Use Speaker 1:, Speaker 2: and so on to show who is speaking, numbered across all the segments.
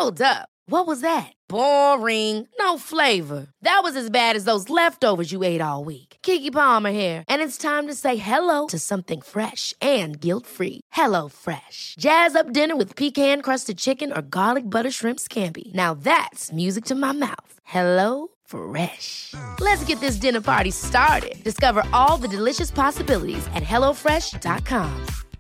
Speaker 1: Hold up. What was that? Boring. No flavor. That was as bad as those leftovers you ate all week. Keke Palmer here, and it's time to say hello to something fresh and guilt-free. Hello Fresh. Jazz up dinner with pecan-crusted chicken or garlic butter shrimp scampi. Now that's music to my mouth. Hello Fresh. Let's get this dinner party started. Discover all the delicious possibilities at hellofresh.com.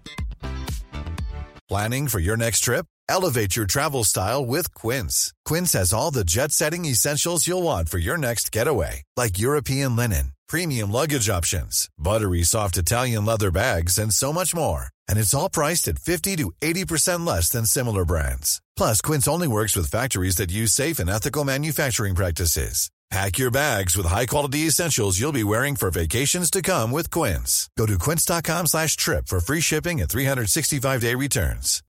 Speaker 2: Planning for your next trip? Elevate your travel style with Quince. Quince has all the jet-setting essentials you'll want for your next getaway, like European linen, premium luggage options, buttery soft Italian leather bags, and so much more. And it's all priced at 50 to 80% less than similar brands. Plus, Quince only works with factories that use safe and ethical manufacturing practices. Pack your bags with high-quality essentials you'll be wearing for vacations to come with Quince. Go to quince.com/trip for free shipping and 365-day returns.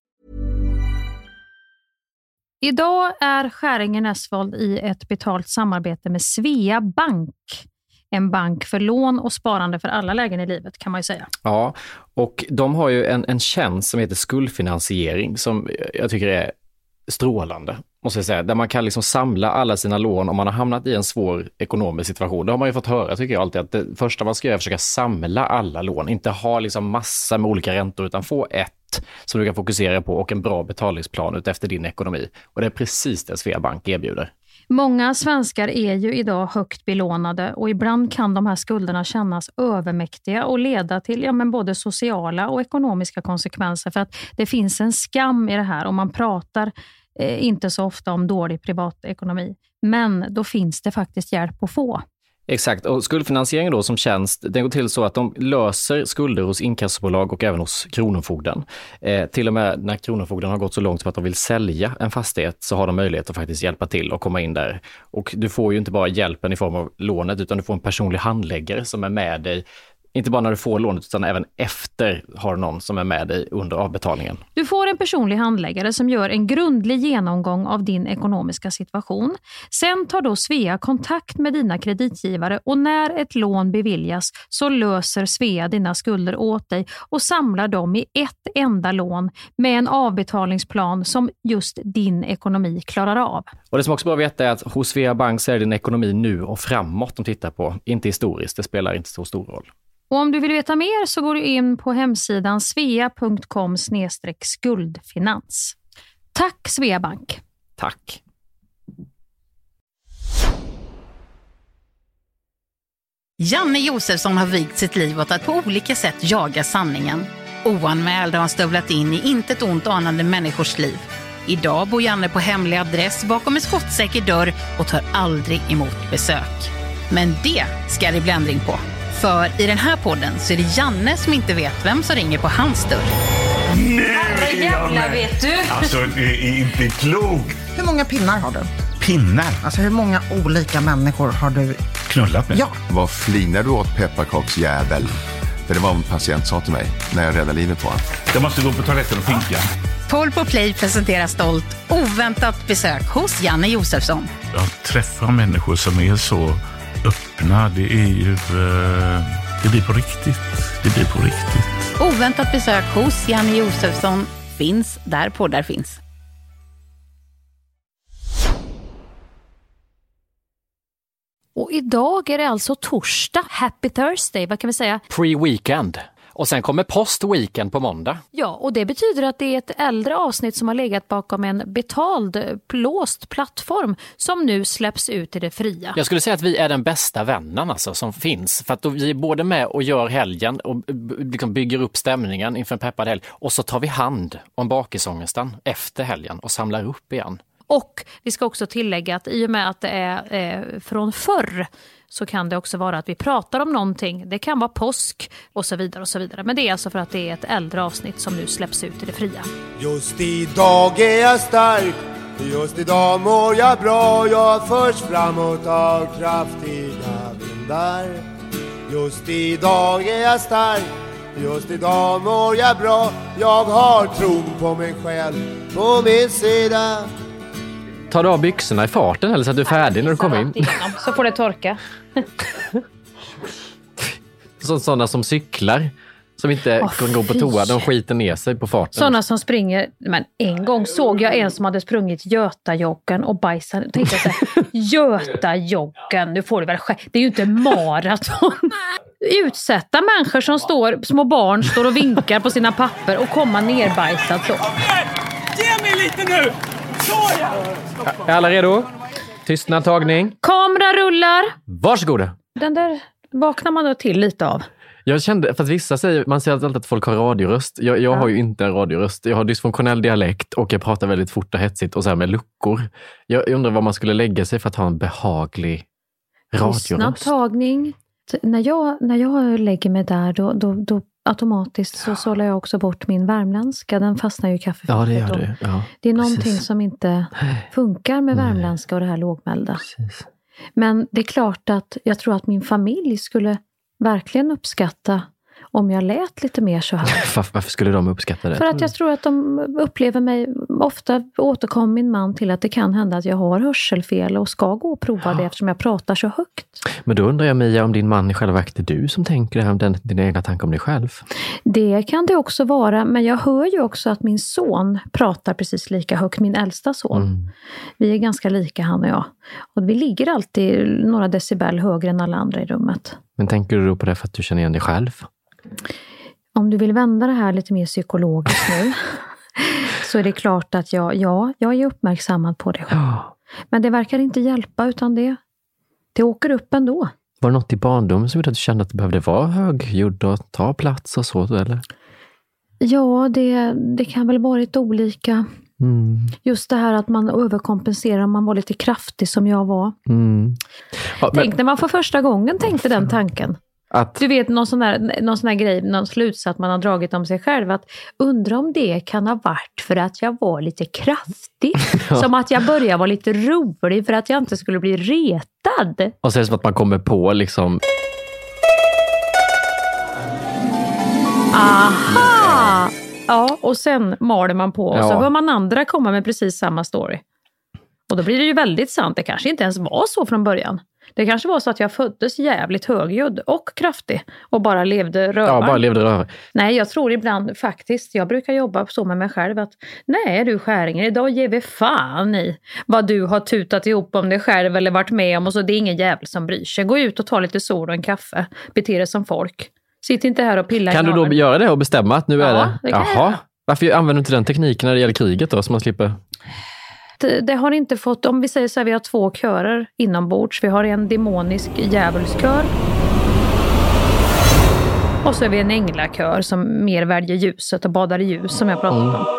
Speaker 3: Idag är Skäringen Esvold i ett betalt samarbete med Svea Bank. En bank för lån och sparande för alla lägen i livet, kan man ju säga.
Speaker 4: Ja, och de har ju en tjänst som heter skuldfinansiering som jag tycker är strålande, måste jag säga. Där man kan liksom samla alla sina lån om man har hamnat i en svår ekonomisk situation. Det har man ju fått höra, tycker jag alltid, att det första man ska göra är att försöka samla alla lån. Inte ha liksom massa med olika räntor, utan få ett som du kan fokusera på och en bra betalningsplan ut efter din ekonomi. Och det är precis det Svea Bank erbjuder.
Speaker 3: Många svenskar är ju idag högt belånade och ibland kan de här skulderna kännas övermäktiga och leda till både sociala och ekonomiska konsekvenser, för att det finns en skam i det här och man pratar inte så ofta om dålig privatekonomi. Men då finns det faktiskt hjälp att få.
Speaker 4: Exakt, och skuldfinansiering då som tjänst, den går till så att de löser skulder hos inkassobolag och även hos kronofogden. Till och med när kronofogden har gått så långt så att de vill sälja en fastighet så har de möjlighet att faktiskt hjälpa till och komma in där. Och du får ju inte bara hjälpen i form av lånet, utan du får en personlig handläggare som är med dig. Inte bara när du får lånet, utan även efter har någon som är med dig under avbetalningen.
Speaker 3: Du får en personlig handläggare som gör en grundlig genomgång av din ekonomiska situation. Sen tar då Svea kontakt med dina kreditgivare och när ett lån beviljas så löser Svea dina skulder åt dig och samlar dem i ett enda lån med en avbetalningsplan som just din ekonomi klarar av.
Speaker 4: Och det som också bör veta är att hos Svea Bank så är din ekonomi nu och framåt de tittar på, inte historiskt. Det spelar inte så stor roll.
Speaker 3: Och om du vill veta mer så går du in på hemsidan svea.com/skuldfinans. Tack Svea Bank.
Speaker 4: Tack.
Speaker 5: Janne Josefsson har vigt sitt liv åt att på olika sätt jaga sanningen. Oanmäld har han stövlat in i intet ont anande människors liv. Idag bor Janne på hemlig adress bakom en skottsäker dörr och tar aldrig emot besök. Men det ska det bli ändring på. För i den här podden så är det Janne som inte vet vem som ringer på hans dörr.
Speaker 6: Nej,
Speaker 3: jävlar, vet du.
Speaker 6: Alltså, det är inte klokt.
Speaker 7: Hur många pinnar har du?
Speaker 6: Pinnar?
Speaker 7: Alltså hur många olika människor har du
Speaker 6: Knullat med?
Speaker 7: Ja.
Speaker 8: Vad flinar du åt, pepparkaksjävel? För det var en patient sa till mig när jag räddade livet på honom.
Speaker 6: Jag måste gå på toaletten och pinka.
Speaker 5: 12 på Play presenterar stolt oväntat besök hos Janne Josefsson.
Speaker 6: Jag träffar människor som är så öppna. Det är ju... det blir på riktigt. Det blir på riktigt.
Speaker 5: Oväntat besök hos Janne Josefsson finns där poddar finns.
Speaker 3: Och idag är det alltså torsdag. Happy Thursday, vad kan vi säga?
Speaker 4: Pre-weekend. Och sen kommer post-weekend på måndag.
Speaker 3: Ja, och det betyder att det är ett äldre avsnitt som har legat bakom en betald, låst plattform som nu släpps ut i det fria.
Speaker 4: Jag skulle säga att vi är den bästa vännen alltså, som finns. För att vi är både med och gör helgen och liksom bygger upp stämningen inför en peppad helg. Och så tar vi hand om bakisångesten efter helgen och samlar upp igen.
Speaker 3: Och vi ska också tillägga att i och med att det är från förr så kan det också vara att vi pratar om någonting. Det kan vara påsk och så vidare och så vidare. Men det är alltså för att det är ett äldre avsnitt som nu släpps ut i det fria.
Speaker 9: Just idag är jag stark, just idag mår jag bra. Jag förs framåt av kraftiga vindar. Just idag är jag stark, just idag mår jag bra. Jag har tron på mig själv på min sida.
Speaker 4: Tar du av byxorna i farten eller så att du är färdig när du kommer in?
Speaker 3: Så får det torka.
Speaker 4: Sådana som cyklar. som inte kan gå på toa. De skiter ner sig på farten.
Speaker 3: Sådana som springer. Men en gång såg jag en som hade sprungit Götajoggen och bajsade. Tänkte jag så här, Götajoggen, nu får du väl det är ju inte maraton. Utsätta människor som små barn står och vinkar på sina papper och komma nerbajsad så.
Speaker 10: Ge mig lite nu!
Speaker 4: Är alla redo? Tystnad, tagning.
Speaker 3: Kamera rullar.
Speaker 4: Varsågoda.
Speaker 3: Den där vaknar man då till lite av.
Speaker 4: Jag kände, för att vissa säger, man säger alltid att folk har radioröst. Jag har ju inte en radioröst. Jag har dysfunktionell dialekt och jag pratar väldigt fort och hetsigt och så här med luckor. Jag undrar vad man skulle lägga sig för att ha en behaglig radioröst.
Speaker 3: Tystnad, tagning. När jag lägger mig där då automatiskt så sållar jag också bort min värmländska. Den fastnar ju i kaffefiltret.
Speaker 4: Ja, det gör du. Ja,
Speaker 3: det är någonting som inte funkar med värmländska och det här lågmälda.
Speaker 4: Precis.
Speaker 3: Men det är klart att jag tror att min familj skulle verkligen uppskatta om jag lät lite mer så här.
Speaker 4: Varför skulle de uppskatta det?
Speaker 3: För att jag tror att de upplever mig, ofta återkommer min man till att det kan hända att jag har hörselfel och ska gå och prova det eftersom jag pratar så högt.
Speaker 4: Men då undrar jag, Mia, om din man i själva verket är du som tänker det här om dina egna tankar om dig själv?
Speaker 3: Det kan det också vara, men jag hör ju också att min son pratar precis lika högt, min äldsta son. Vi är ganska lika, han och jag. Och vi ligger alltid några decibel högre än alla andra i rummet.
Speaker 4: Men tänker du då på det för att du känner igen dig själv?
Speaker 3: Om du vill vända det här lite mer psykologiskt nu så är det klart att jag är uppmärksammad på det själv. Men det verkar inte hjälpa utan det åker upp ändå.
Speaker 4: Var det något i barndomen som gjorde att du kände att det behövde vara högljudd och ta plats och så, eller?
Speaker 3: Ja, det kan väl varit olika. Just det här att man överkompenserar om man var lite kraftig som jag var.
Speaker 4: Ja,
Speaker 3: Tänk när man för första gången tänkte den tanken. Du vet, någon sån här grej, någon slutsats man har dragit om sig själv, att undra om det kan ha varit för att jag var lite kraftig. Som att jag började vara lite rolig för att jag inte skulle bli retad.
Speaker 4: Och så är det som att man kommer på liksom...
Speaker 3: Aha! Ja, och sen maler man på och så hör man andra komma med precis samma story. Och då blir det ju väldigt sant. Det kanske inte ens var så från början. Det kanske var så att jag föddes jävligt högljudd och kraftig och bara levde rövar.
Speaker 4: Ja, bara levde rövar.
Speaker 3: Nej, jag tror ibland faktiskt, jag brukar jobba så med mig själv att nej du Skäringer, idag ger vi fan i vad du har tutat ihop om dig själv eller varit med om och så, det är ingen jävel som bryr sig. Gå ut och ta lite sol och en kaffe, bete dig som folk. Sitt inte här och pilla
Speaker 4: Kan du då göra det och bestämma att nu är det?
Speaker 3: Det kan jag.
Speaker 4: Varför använder du inte den tekniken när det gäller kriget då, så man slipper...
Speaker 3: Det har inte fått, om vi säger så här, vi har 2 körer inombords. Vi har en demonisk djävulskör. Och så är vi en änglakör som mer väljer ljuset och badar i ljus som jag pratat om.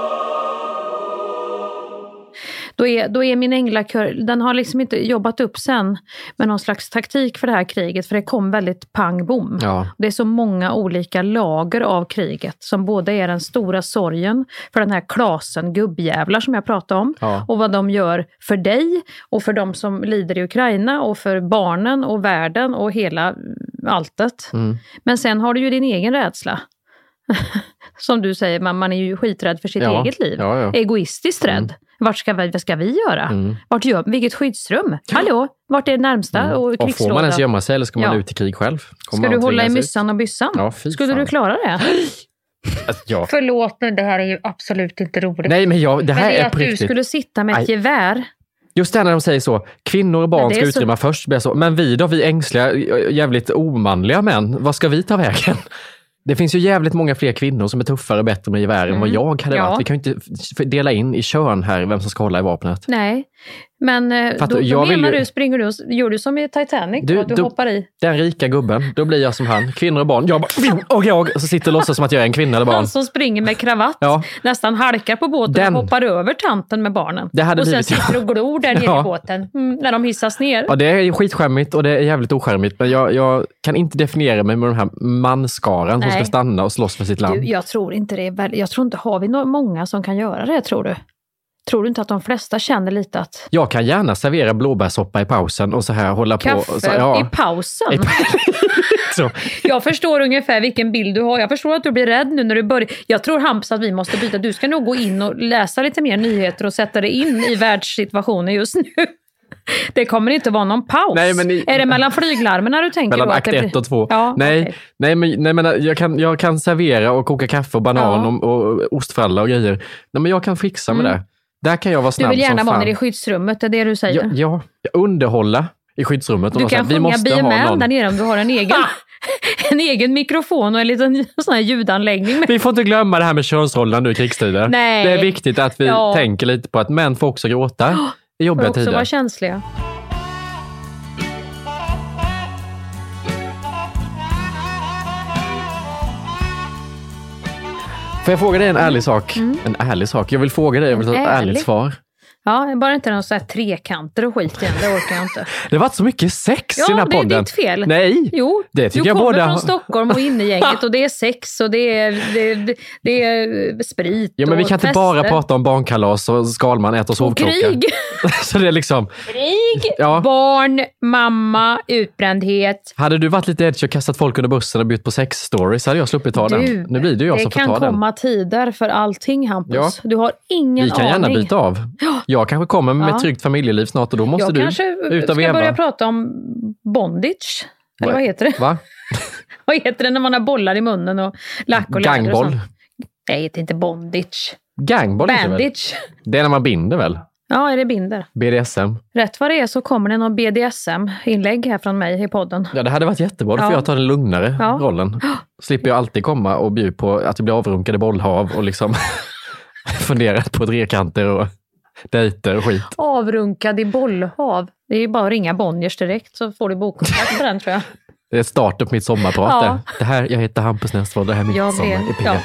Speaker 3: Då är min änglakör, den har liksom inte jobbat upp sen med någon slags taktik för det här kriget, för det kom väldigt pang-bom.
Speaker 4: Ja.
Speaker 3: Det är så många olika lager av kriget som både är den stora sorgen för den här klasen gubbjävlar som jag pratade om och vad de gör för dig och för de som lider i Ukraina och för barnen och världen och hela alltet. Men sen har du ju din egen rädsla. Som du säger, man är ju skiträdd för sitt eget liv. Egoistiskt rädd. Vad ska vi göra? Vilket skyddsrum? Hallå, vart är det närmsta? Och
Speaker 4: får man ens gömma sig eller ska man ut i krig själv?
Speaker 3: Ska du hålla i myssan och byssan?
Speaker 4: Ja,
Speaker 3: skulle du klara det? Förlåt, men det här är ju absolut inte roligt.
Speaker 4: Nej, men det här är
Speaker 3: att du skulle sitta med ett gevär.
Speaker 4: Just det, när de säger så, kvinnor och barn ska utrymma först. Blir så. Men vi ängsliga, jävligt omanliga män, vad ska vi ta vägen? Det finns ju jävligt många fler kvinnor som är tuffare och bättre med gevär än vad jag hade varit. Vi kan ju inte dela in i kön här vem som ska hålla i vapnet.
Speaker 3: Nej, men då menar du, springer du och gör du som i Titanic, du hoppar i.
Speaker 4: Den rika gubben, då blir jag som han. Kvinnor och barn, jag bara, och så sitter och låtsas som att jag är en kvinna eller barn.
Speaker 3: Han som springer med kravatt, nästan halkar på båten och hoppar över tanten med barnen. Och sen sitter och glor där nere i båten när de hissas ner. Ja,
Speaker 4: det är skitskämmigt och det är jävligt oskärmigt. Men jag kan inte definiera mig med de här manskaran som ska stanna och slåss för sitt land.
Speaker 3: Jag tror inte det. Jag tror inte, har vi många som kan göra det, tror du? Tror du inte att de flesta känner lite att...
Speaker 4: Jag kan gärna servera blåbärssoppa i pausen och så här hålla
Speaker 3: kaffe
Speaker 4: på. Kaffe
Speaker 3: i pausen? Jag förstår ungefär vilken bild du har. Jag förstår att du blir rädd nu när du börjar. Jag tror, Hampus, att vi måste byta. Du ska nog gå in och läsa lite mer nyheter och sätta dig in i världssituationen just nu. Det kommer inte vara någon paus.
Speaker 4: Nej, men
Speaker 3: är det mellan flyglarmen när du tänker
Speaker 4: mellan
Speaker 3: då?
Speaker 4: akt 1 och 2.
Speaker 3: Ja,
Speaker 4: nej,
Speaker 3: okay.
Speaker 4: nej, men jag kan servera och koka kaffe och banan och ostfralla och grejer. Nej, men jag kan fixa med det. Där kan jag vara snabb.
Speaker 3: Du vill gärna
Speaker 4: som
Speaker 3: vara
Speaker 4: fan.
Speaker 3: nere i skyddsrummet, det är det du säger?
Speaker 4: Ja, underhålla i skyddsrummet.
Speaker 3: Du kan sjunga BML där nere om du har en egen, en egen mikrofon och en liten sån här ljudanläggning.
Speaker 4: Vi får inte glömma det här med könsrollerna nu i krigstider.
Speaker 3: Nej.
Speaker 4: Det är viktigt att vi tänker lite på att män får också gråta i jobbiga tider.
Speaker 3: Och också vara känsliga.
Speaker 4: Får jag fråga dig en ärlig sak? En ärlig sak. Jag vill fråga dig, jag vill ha ett ärligt svar.
Speaker 3: Ja, bara inte någon sån här trekanter och skit igen, det orkar jag inte.
Speaker 4: Det har varit så mycket sex i den här podden.
Speaker 3: Ja, det är ditt fel.
Speaker 4: Nej,
Speaker 3: jo,
Speaker 4: det tycker
Speaker 3: du
Speaker 4: jag
Speaker 3: kommer från Stockholm och innegänget och det är sex och det är sprit.
Speaker 4: Ja, men vi kan inte
Speaker 3: fester.
Speaker 4: bara prata om barnkalas och Skalman äter sovkrokar.
Speaker 3: Och krig.
Speaker 4: Så det är liksom...
Speaker 3: Krig, barn, mamma, utbrändhet.
Speaker 4: Hade du varit lite edge och kastat folk under bussen och bytt på sex-stories hade jag sluppit ta den. Nu blir det jag som får ta den.
Speaker 3: Det kan komma tider för allting, Hampus.
Speaker 4: Ja.
Speaker 3: Du har ingen aning.
Speaker 4: Vi kan gärna byta av. Jag kanske kommer med ett tryggt familjeliv snart och då måste du ut och veva.
Speaker 3: Jag börja prata om bondage. Eller vad heter det?
Speaker 4: Va?
Speaker 3: Vad heter det när man har bollar i munnen och lack och läder?
Speaker 4: Gangboll?
Speaker 3: Nej, det heter inte bondage.
Speaker 4: Gangboll?
Speaker 3: Bandage.
Speaker 4: Det är när man binder väl?
Speaker 3: Ja, är det binder?
Speaker 4: BDSM.
Speaker 3: Rätt vad det är så kommer det någon BDSM-inlägg här från mig i podden.
Speaker 4: Ja, det hade varit jättebra. Då får jag ta den lugnare rollen. Slipper jag alltid komma och bjuda på att det blir avrunkade bollhav och liksom fundera på trekanter och dejter och skit.
Speaker 3: Avrunkad i bollhav. Det är ju bara att ringa Bonniers direkt så får du bokkontakt på den, tror jag.
Speaker 4: Det är start upp mitt sommarprat. Det här, jag heter Hampus Nästvård, det här är mitt sommar i P1.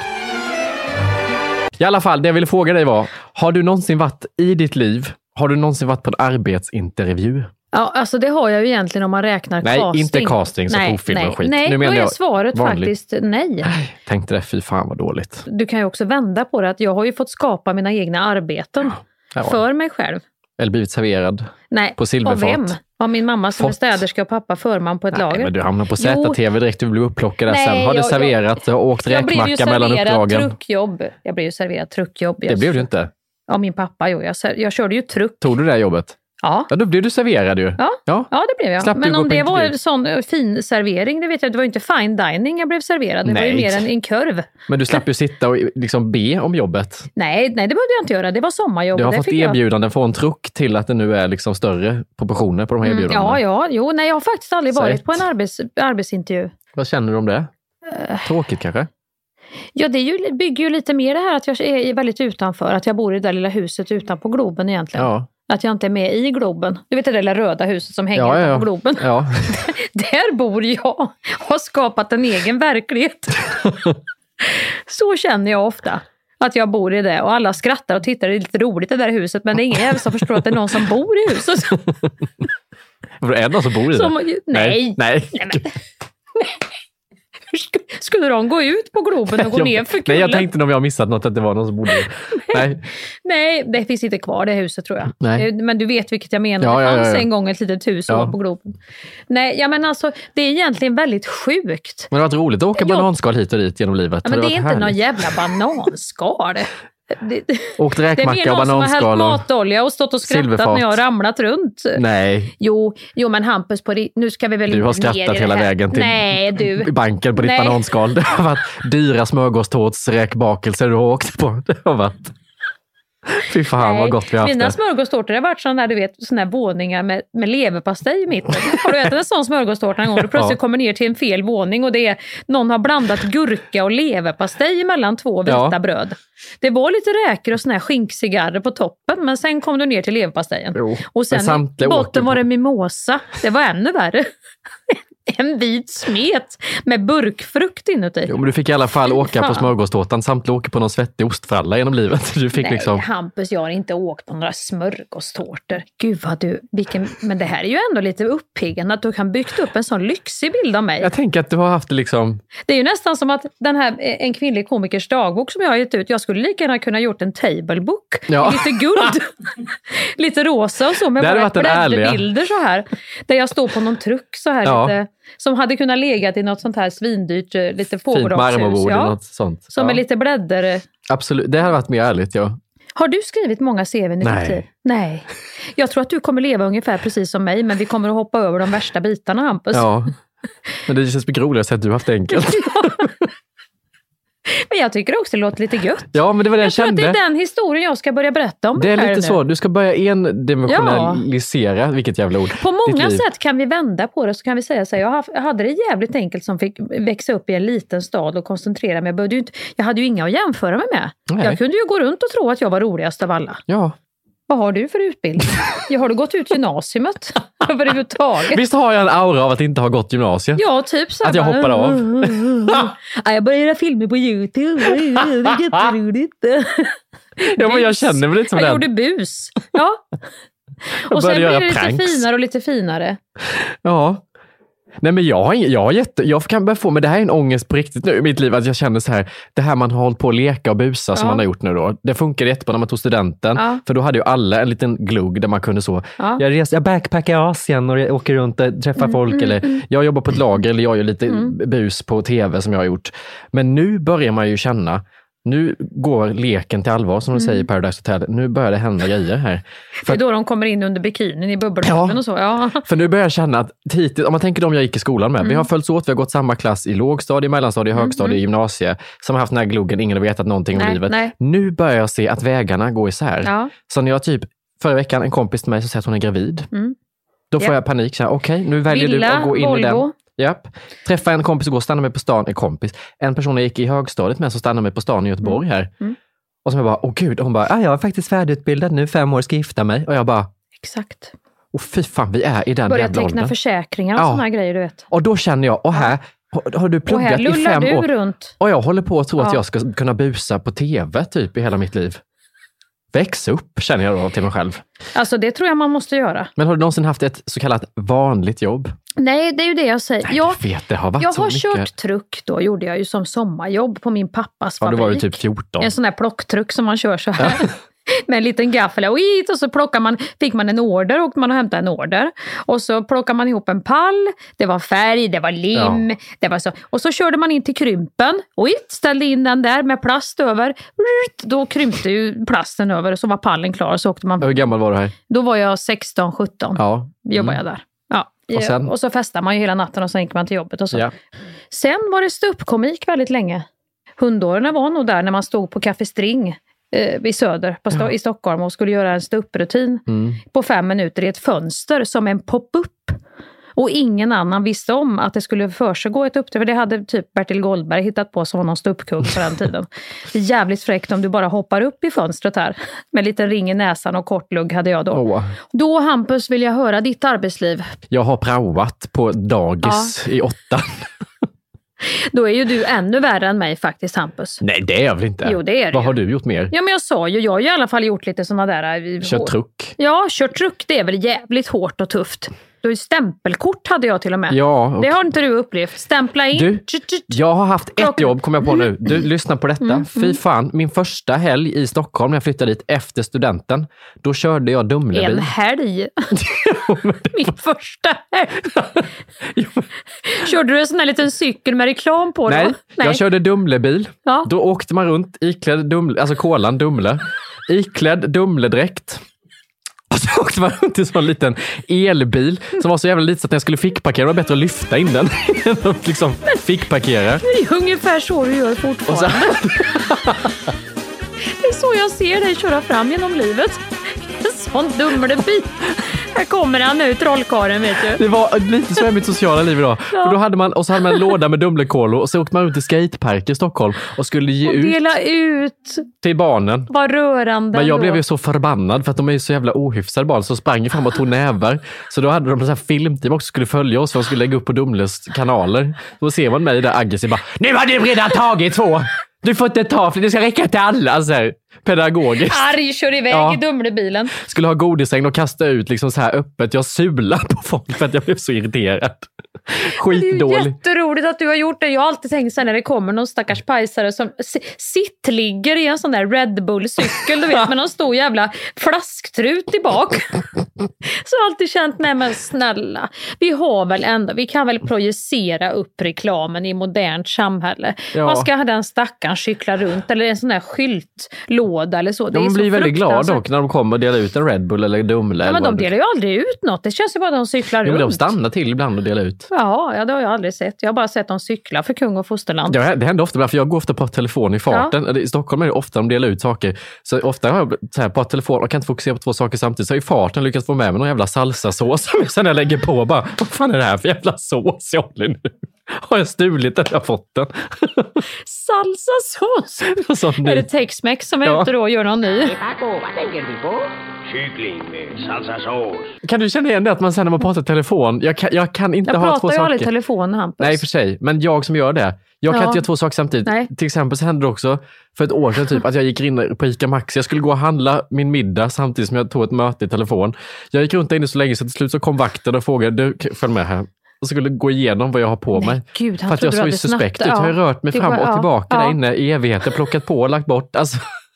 Speaker 4: I alla fall, det jag ville fråga dig var, har du någonsin varit i ditt liv, har du någonsin varit på en arbetsintervju?
Speaker 3: Ja, alltså det har jag ju egentligen om man räknar casting.
Speaker 4: Nej, inte casting som provfilmer och skit.
Speaker 3: Nej,
Speaker 4: nu menar
Speaker 3: då är
Speaker 4: jag
Speaker 3: svaret
Speaker 4: vanligt.
Speaker 3: faktiskt nej.
Speaker 4: Tänkte det, fy fan vad dåligt.
Speaker 3: Du kan ju också vända på det, att jag har ju fått skapa mina egna arbeten för mig själv.
Speaker 4: Eller blivit serverad på silverfat.
Speaker 3: Av vem? Av min mamma som är städerska och pappa förman på ett lager.
Speaker 4: Men du hamnar på ZTV direkt, du blev upplockad. Sen har du serverat och åkt räkmacka mellan uppdragen.
Speaker 3: Jag blev ju serverad truckjobb.
Speaker 4: Det blev du inte.
Speaker 3: Ja, min pappa, jag körde ju truck.
Speaker 4: Tog du det här jobbet?
Speaker 3: Ja.
Speaker 4: Ja, då blev du serverad ju.
Speaker 3: Ja, det blev jag.
Speaker 4: Slapp
Speaker 3: men om det var sån fin servering, det vet jag, det var ju inte fine dining jag blev serverad. Det var ju mer en kurv.
Speaker 4: Men du slapp ju sitta och liksom be om jobbet.
Speaker 3: Nej, det behövde jag inte göra. Det var sommarjobb.
Speaker 4: Du har fått erbjudanden från truck till att det nu är liksom större proportioner på de här erbjudandena.
Speaker 3: Jag har faktiskt aldrig varit på en arbetsintervju.
Speaker 4: Vad känner du om det? Tråkigt kanske?
Speaker 3: Ja, det bygger ju lite mer det här att jag är väldigt utanför. Att jag bor i det där lilla huset utanpå Globen egentligen. Ja. Att jag inte är med i Globen. Du vet det där röda huset som hänger utanpå Globen? Ja. Där bor jag. Har skapat en egen verklighet. Så känner jag ofta. Att jag bor i det. Och alla skrattar och tittar. Det är lite roligt i det där huset. Men det är ingen jävel som förstår att det är någon som bor i huset.
Speaker 4: Är det någon som bor i det?
Speaker 3: Nej. Skulle de gå ut på Globen och gå ner för kullen?
Speaker 4: Nej, jag tänkte om jag har missat något att det var någon som bodde.
Speaker 3: Nej, det finns inte kvar det huset tror jag.
Speaker 4: Nej.
Speaker 3: Men du vet vilket jag menar. Det fanns en gång ett litet hus på Globen. Nej, men alltså det är egentligen väldigt sjukt.
Speaker 4: Men det har varit roligt att åka bananskal hit och dit genom livet.
Speaker 3: Ja, men det är inte någon jävla bananskal.
Speaker 4: Åkt räkmacka och bananskal. Det är mer någon som har hällt matolja och stått och skrattat när jag har ramlat runt.
Speaker 3: Nej. Jo, men Hampus, nu ska vi väl
Speaker 4: inte. Du har skrattat hela vägen till banken på ditt bananskal. Det har varit dyra smörgåstårtsräkbakelser du har åkt på. Det har varit... Fy fan vad gott vi har haft.
Speaker 3: Mina smörgåstårtor har varit sådana där, du vet, såna här våningar med leverpastej i mitten. Har du ätit en sån smörgåstårta en gång? Du plötsligt kommer ner till en fel våning och någon har blandat gurka och leverpastej mellan två vita bröd. Det var lite räkor och såna här skinkcigarrer på toppen, men sen kom du ner till leverpastejen. Och sen i botten var det mimosa. Det var ännu värre. En vit smet med burkfrukt inuti.
Speaker 4: Jo, men du fick i alla fall åka på smörgåstårtan samt åka på någon svettig ostfralla genom livet. Du fick
Speaker 3: Hampus, jag har inte åkt på några smörgåstårtor. Gud vad men det här är ju ändå lite uppiggande att du kan byggt upp en sån lyxig bild av mig.
Speaker 4: Jag tänker att du har haft det liksom...
Speaker 3: Det är ju nästan som att en kvinnlig komikers dagbok som jag har gett ut, jag skulle lika gärna kunna gjort en tablebook. Lite guld. Lite rosa och så med bara bilder så här. Där jag står på någon truck så här lite... Som hade kunnat legat i något sånt här svindyrt, lite fågelrockshus.
Speaker 4: Fint marmorbord eller något sånt.
Speaker 3: Som är lite bläddare.
Speaker 4: Absolut, det hade varit mer ärligt,
Speaker 3: Har du skrivit många CV:n i ditt liv? Nej. Jag tror att du kommer leva ungefär precis som mig, men vi kommer att hoppa över de värsta bitarna, Hampus.
Speaker 4: Ja, men det känns mycket roligare att säga att du har haft det enkelt.
Speaker 3: Men jag tycker också det låter lite gött.
Speaker 4: Ja, men det var det jag kände.
Speaker 3: Tror att det är den historien jag ska börja berätta om.
Speaker 4: Det är lite
Speaker 3: nu.
Speaker 4: så, du ska börja endimensionalisera, vilket jävla ord.
Speaker 3: På många sätt kan vi vända på det, så kan vi säga så här, jag hade det jävligt enkelt som fick växa upp i en liten stad och koncentrera mig. Jag hade ju inga att jämföra mig med.
Speaker 4: Nej.
Speaker 3: Jag kunde ju gå runt och tro att jag var roligast av alla.
Speaker 4: Ja.
Speaker 3: Vad har du för utbildning? Har du gått ut gymnasiet överhuvudtaget?
Speaker 4: Visst har jag en aura av att inte ha gått gymnasiet?
Speaker 3: Ja, typ så.
Speaker 4: Att jag hoppade av.
Speaker 3: Jag började göra filmer på YouTube. Det är jätteroligt.
Speaker 4: Ja, men jag känner mig lite som
Speaker 3: jag
Speaker 4: den.
Speaker 3: gjorde bus. Ja. Och sen blir det lite
Speaker 4: pranks.
Speaker 3: finare och lite finare.
Speaker 4: Ja. Nej, men jag kan börja få, men det här är en ångest på riktigt nu i mitt liv, att jag känner så här, det här man har hållit på att leka och busa som man har gjort nu då, det funkar jättebra när man tog studenten, för då hade ju alla en liten glugg där man kunde så, jag backpackar i Asien och jag åker runt och träffar folk, eller jag jobbar på ett lager, eller jag gör lite bus på tv som jag har gjort. Men nu börjar man ju känna, nu går leken till allvar, som de säger i Paradise Hotel. Nu börjar det hända grejer här.
Speaker 3: För då de kommer in under bikinin i bubbelpoolen och så. Ja.
Speaker 4: För nu börjar jag känna att hittills, om man tänker dem jag gick i skolan med, vi har följts åt, vi har gått samma klass i lågstadie, mellanstadie, högstadie, gymnasie, som har haft den här gluggen, ingen har vetat någonting om livet. Nej. Nu börjar jag se att vägarna går isär. Ja. Så när jag förra veckan, en kompis till mig så säger att hon är gravid. Då får jag panik, okej, nu väljer du att gå in Volvo. I den. Japp. Träffa en kompis och gå och stanna mig på stan. En person jag gick i högstadiet med som stannade mig på stan i Göteborg här. Och så jag bara, gud. Och hon bara, jag är faktiskt färdigutbildad nu, 5 år, ska gifta mig. Och jag bara,
Speaker 3: exakt.
Speaker 4: Och fy fan, vi är i den
Speaker 3: börja
Speaker 4: jävla åldern.
Speaker 3: Börja teckna försäkringar och såna här grejer, du vet.
Speaker 4: Och då känner jag, här har du pluggat i 5 år.
Speaker 3: Runt.
Speaker 4: Och jag håller på att tro att jag ska kunna busa på tv typ i hela mitt liv. Väx upp, känner jag då till mig själv.
Speaker 3: Alltså det tror jag man måste göra.
Speaker 4: Men har du någonsin haft ett så kallat vanligt jobb?
Speaker 3: Nej, det är ju det jag säger.
Speaker 4: Nej, jag vet, det har varit
Speaker 3: jag
Speaker 4: så
Speaker 3: har
Speaker 4: mycket.
Speaker 3: Kört truck då, gjorde jag ju som sommarjobb på min pappas fabrik.
Speaker 4: Ja, då var du typ 14.
Speaker 3: En sån här plocktruck som man kör så här. Med en liten gaffel och så fick man en order och man hämtade en order. Och så plockade man ihop en pall. Det var färg, det var lim. Det var så. Och så körde man in till krympen och ställde in den där med plast över. Då krympte ju plasten över och så var pallen klar. Så åkte man.
Speaker 4: Hur gammal var du här?
Speaker 3: Då var jag 16-17.
Speaker 4: Ja.
Speaker 3: Jobbade jag där. Ja. Och så festade man ju hela natten och sen gick man till jobbet och så. Ja. Sen var det ståuppkomik väldigt länge. Hundåren var nog där när man stod på Café String vid Söder i Stockholm och skulle göra en ståupprutin på 5 minuter i ett fönster som en pop-up. Och ingen annan visste om att det skulle försiggå ett uppdrag. För det hade typ Bertil Goldberg hittat på som var någon ståuppkung på den tiden. Det är jävligt fräckt om du bara hoppar upp i fönstret här. Med lite ring i näsan och kort lugg hade jag då. Då, Hampus, vill jag höra ditt arbetsliv.
Speaker 4: Jag har praoat på dagis i 8.
Speaker 3: Då är ju du ännu värre än mig faktiskt, Hampus.
Speaker 4: Nej, det är jag väl inte.
Speaker 3: Jo, det är det.
Speaker 4: Vad har du gjort mer?
Speaker 3: Ja, men jag sa ju, jag har ju i alla fall gjort lite såna där...
Speaker 4: Kört truck.
Speaker 3: Ja, kört truck, det är väl jävligt hårt och tufft. Du har ju stämpelkort hade jag till och med.
Speaker 4: Ja.
Speaker 3: Det har inte du upplevt. Stämpla in.
Speaker 4: Du, jag har haft ett jobb, kommer jag på nu. Du, lyssna på detta. Fy fan, min första helg i Stockholm när jag flyttade dit efter studenten, då körde jag Dumlebil.
Speaker 3: En helg? Min första helg? Körde du en sån här liten cykel med reklam på?
Speaker 4: Nej, jag körde Dumlebil.
Speaker 3: Ja.
Speaker 4: Då åkte man runt iklädd alltså kolan Dumle. Iklädd Dumledräkt. Och så åkte man runt i en sån liten elbil som var så jävla lite så att när jag skulle fickparkera var det bättre att lyfta in den än att liksom fickparkera.
Speaker 3: Det är ungefär så du gör fortfarande. Det är så jag ser dig köra fram genom livet. En sån Dumlebil. Här kommer han nu, trollkaren, vet du.
Speaker 4: Det var lite så i mitt sociala liv idag. Ja. För då hade man, och så hade man en låda med Dumlekolor och så åkte man ut till skatepark i Stockholm och skulle ge ut.
Speaker 3: Dela ut.
Speaker 4: Till barnen.
Speaker 3: Vad rörande.
Speaker 4: Men jag blev ju så förbannad för att de är ju så jävla ohyfsade barn, så sprang fram och tog nävar. Så då hade de en sån här filmteam också skulle följa oss för de skulle lägga upp på Dumles kanaler. Då ser man mig där aggressiv bara, nu har du redan tagit 2! Du får inte ta, för det ska räcka till alla. Alltså här, pedagogiskt.
Speaker 3: Arg, kör iväg i Dumlebilen.
Speaker 4: Skulle ha godisregn och kasta ut liksom så här öppet. Jag sular på folk för att jag blev så irriterad. Skitdålig.
Speaker 3: Det är jätteroligt att du har gjort det. Jag har alltid tänkt så när det kommer någon stackars pajsare som sittligger i en sån där Red Bull-cykel, du vet, med någon stor jävla flasktrut i bak. Så jag har alltid känt, nej men snälla, vi kan väl projicera upp reklamen i modernt samhälle.
Speaker 4: Ja.
Speaker 3: Vad ska den stackaren cykla runt eller en sån där skyltlåda eller så?
Speaker 4: De blir väldigt glada dock när de kommer och delar ut en Red Bull eller Dumle.
Speaker 3: Ja, men de delar ju aldrig ut något. Det känns ju bara att de cyklar runt.
Speaker 4: Men de stannar till ibland och delar ut.
Speaker 3: Ja, det har jag aldrig sett. Jag har bara sett dem cykla för kung och fosterland.
Speaker 4: Ja, det händer ofta, för jag går ofta på telefon i farten. Ja. I Stockholm är det ofta de delar ut saker. Så ofta har jag så här på telefon och kan inte fokusera på 2 saker samtidigt. Så i farten lyckas få med mig någon jävla salsasås som sen jag lägger på bara, vad fan är det här för jävla sås jag håller nu? Har jag stulit den? Jag har fått den.
Speaker 3: Salsasås? Är det Tex-Mex som är ute då och gör någon ny?
Speaker 11: Vad tänker du på? Kyckling med salsasås.
Speaker 4: Kan du känna igen det att man sen när man pratar telefon, jag kan inte ha 2 saker.
Speaker 3: Jag pratar ju aldrig i telefon, Hampus.
Speaker 4: Nej, för sig. Men jag som gör det. Jag kan inte göra 2 saker samtidigt. Nej. Till exempel så hände det också för ett år sedan typ att jag gick in på ICA Maxi. Jag skulle gå och handla min middag samtidigt som jag tog ett möte i telefon. Jag gick runt där inne så länge så till slut så kom vakten och frågade, du följ med här. Och skulle gå igenom vad jag har på mig.
Speaker 3: Gud,
Speaker 4: för att jag såg ju suspekt ut. Jag har rört mig fram och tillbaka där inne i evigheter. Plockat på och lagt bort. Alltså,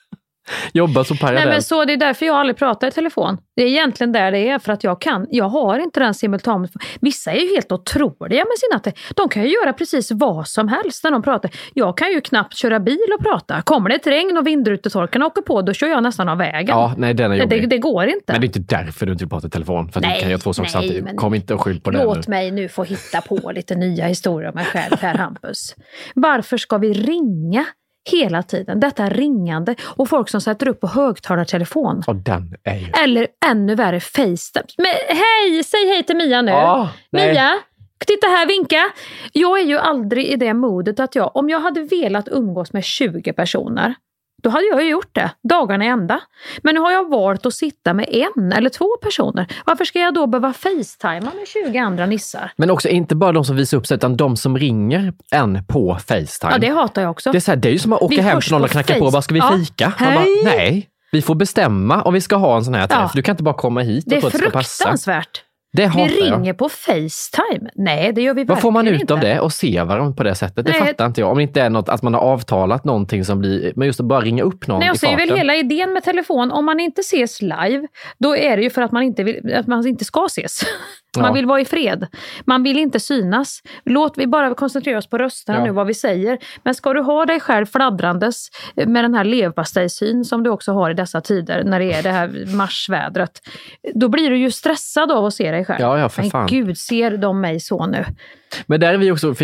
Speaker 4: jobbat så parallellt.
Speaker 3: Nej, men så det är därför jag aldrig pratar i telefon. Det är egentligen där det är, för att jag har inte den simultan. Vissa är ju helt otroliga med sina. De kan ju göra precis vad som helst när de pratar. Jag kan ju knappt köra bil och prata. Kommer det ett regn och vindrutetorkarna åker på, då kör jag nästan av vägen.
Speaker 4: Ja, nej, den är jobbig.
Speaker 3: Det går inte.
Speaker 4: Men det är inte därför du inte pratar i telefon. För att du kan göra 2 saker samtidigt. Kom inte och skyll på det.
Speaker 3: Låt mig nu få hitta på lite nya historier om mig själv, Per Hampus. Varför ska vi ringa hela tiden? Detta ringande och folk som sätter upp på högtalartelefon.
Speaker 4: Och den är ju...
Speaker 3: Eller ännu värre, FaceTime. Men hej, säg hej till Mia nu.
Speaker 4: Nej.
Speaker 3: Mia, titta här, vinka. Jag är ju aldrig i det modet att om jag hade velat umgås med 20 personer, då hade jag ju gjort det, dagarna i ända. Men nu har jag valt att sitta med 1 eller 2 personer. Varför ska jag då behöva FaceTime med 20 andra nissar?
Speaker 4: Men också inte bara de som visar upp sig, utan de som ringer en på FaceTime.
Speaker 3: Ja, det hatar jag också.
Speaker 4: Det är ju som att åka hem till någon och knacka på och bara, ska vi fika? Bara, nej, vi får bestämma om vi ska ha en sån här träff. Du kan inte bara komma hit och få det ska passa.
Speaker 3: Det är fruktansvärt.
Speaker 4: Vi
Speaker 3: ringer på FaceTime. Nej, det gör vi verkligen inte.
Speaker 4: Vad får man ut av det och se varandra på det sättet? Det fattar inte jag. Om det inte är något att man har avtalat någonting som blir... Men just att bara ringa upp någon i farten.
Speaker 3: Nej, väl hela idén med telefon. Om man inte ses live, då är det ju för att man inte ska ses. Man vill vara i fred. Man vill inte synas. Låt vi bara koncentrera oss på rösterna nu, vad vi säger. Men ska du ha dig själv fladdrandes med den här leverpastejsyn som du också har i dessa tider när det är det här marsvädret, då blir du ju stressad av att se dig själv.
Speaker 4: Ja, för fan.
Speaker 3: Men gud, ser de mig så nu?
Speaker 4: Men där är vi också, för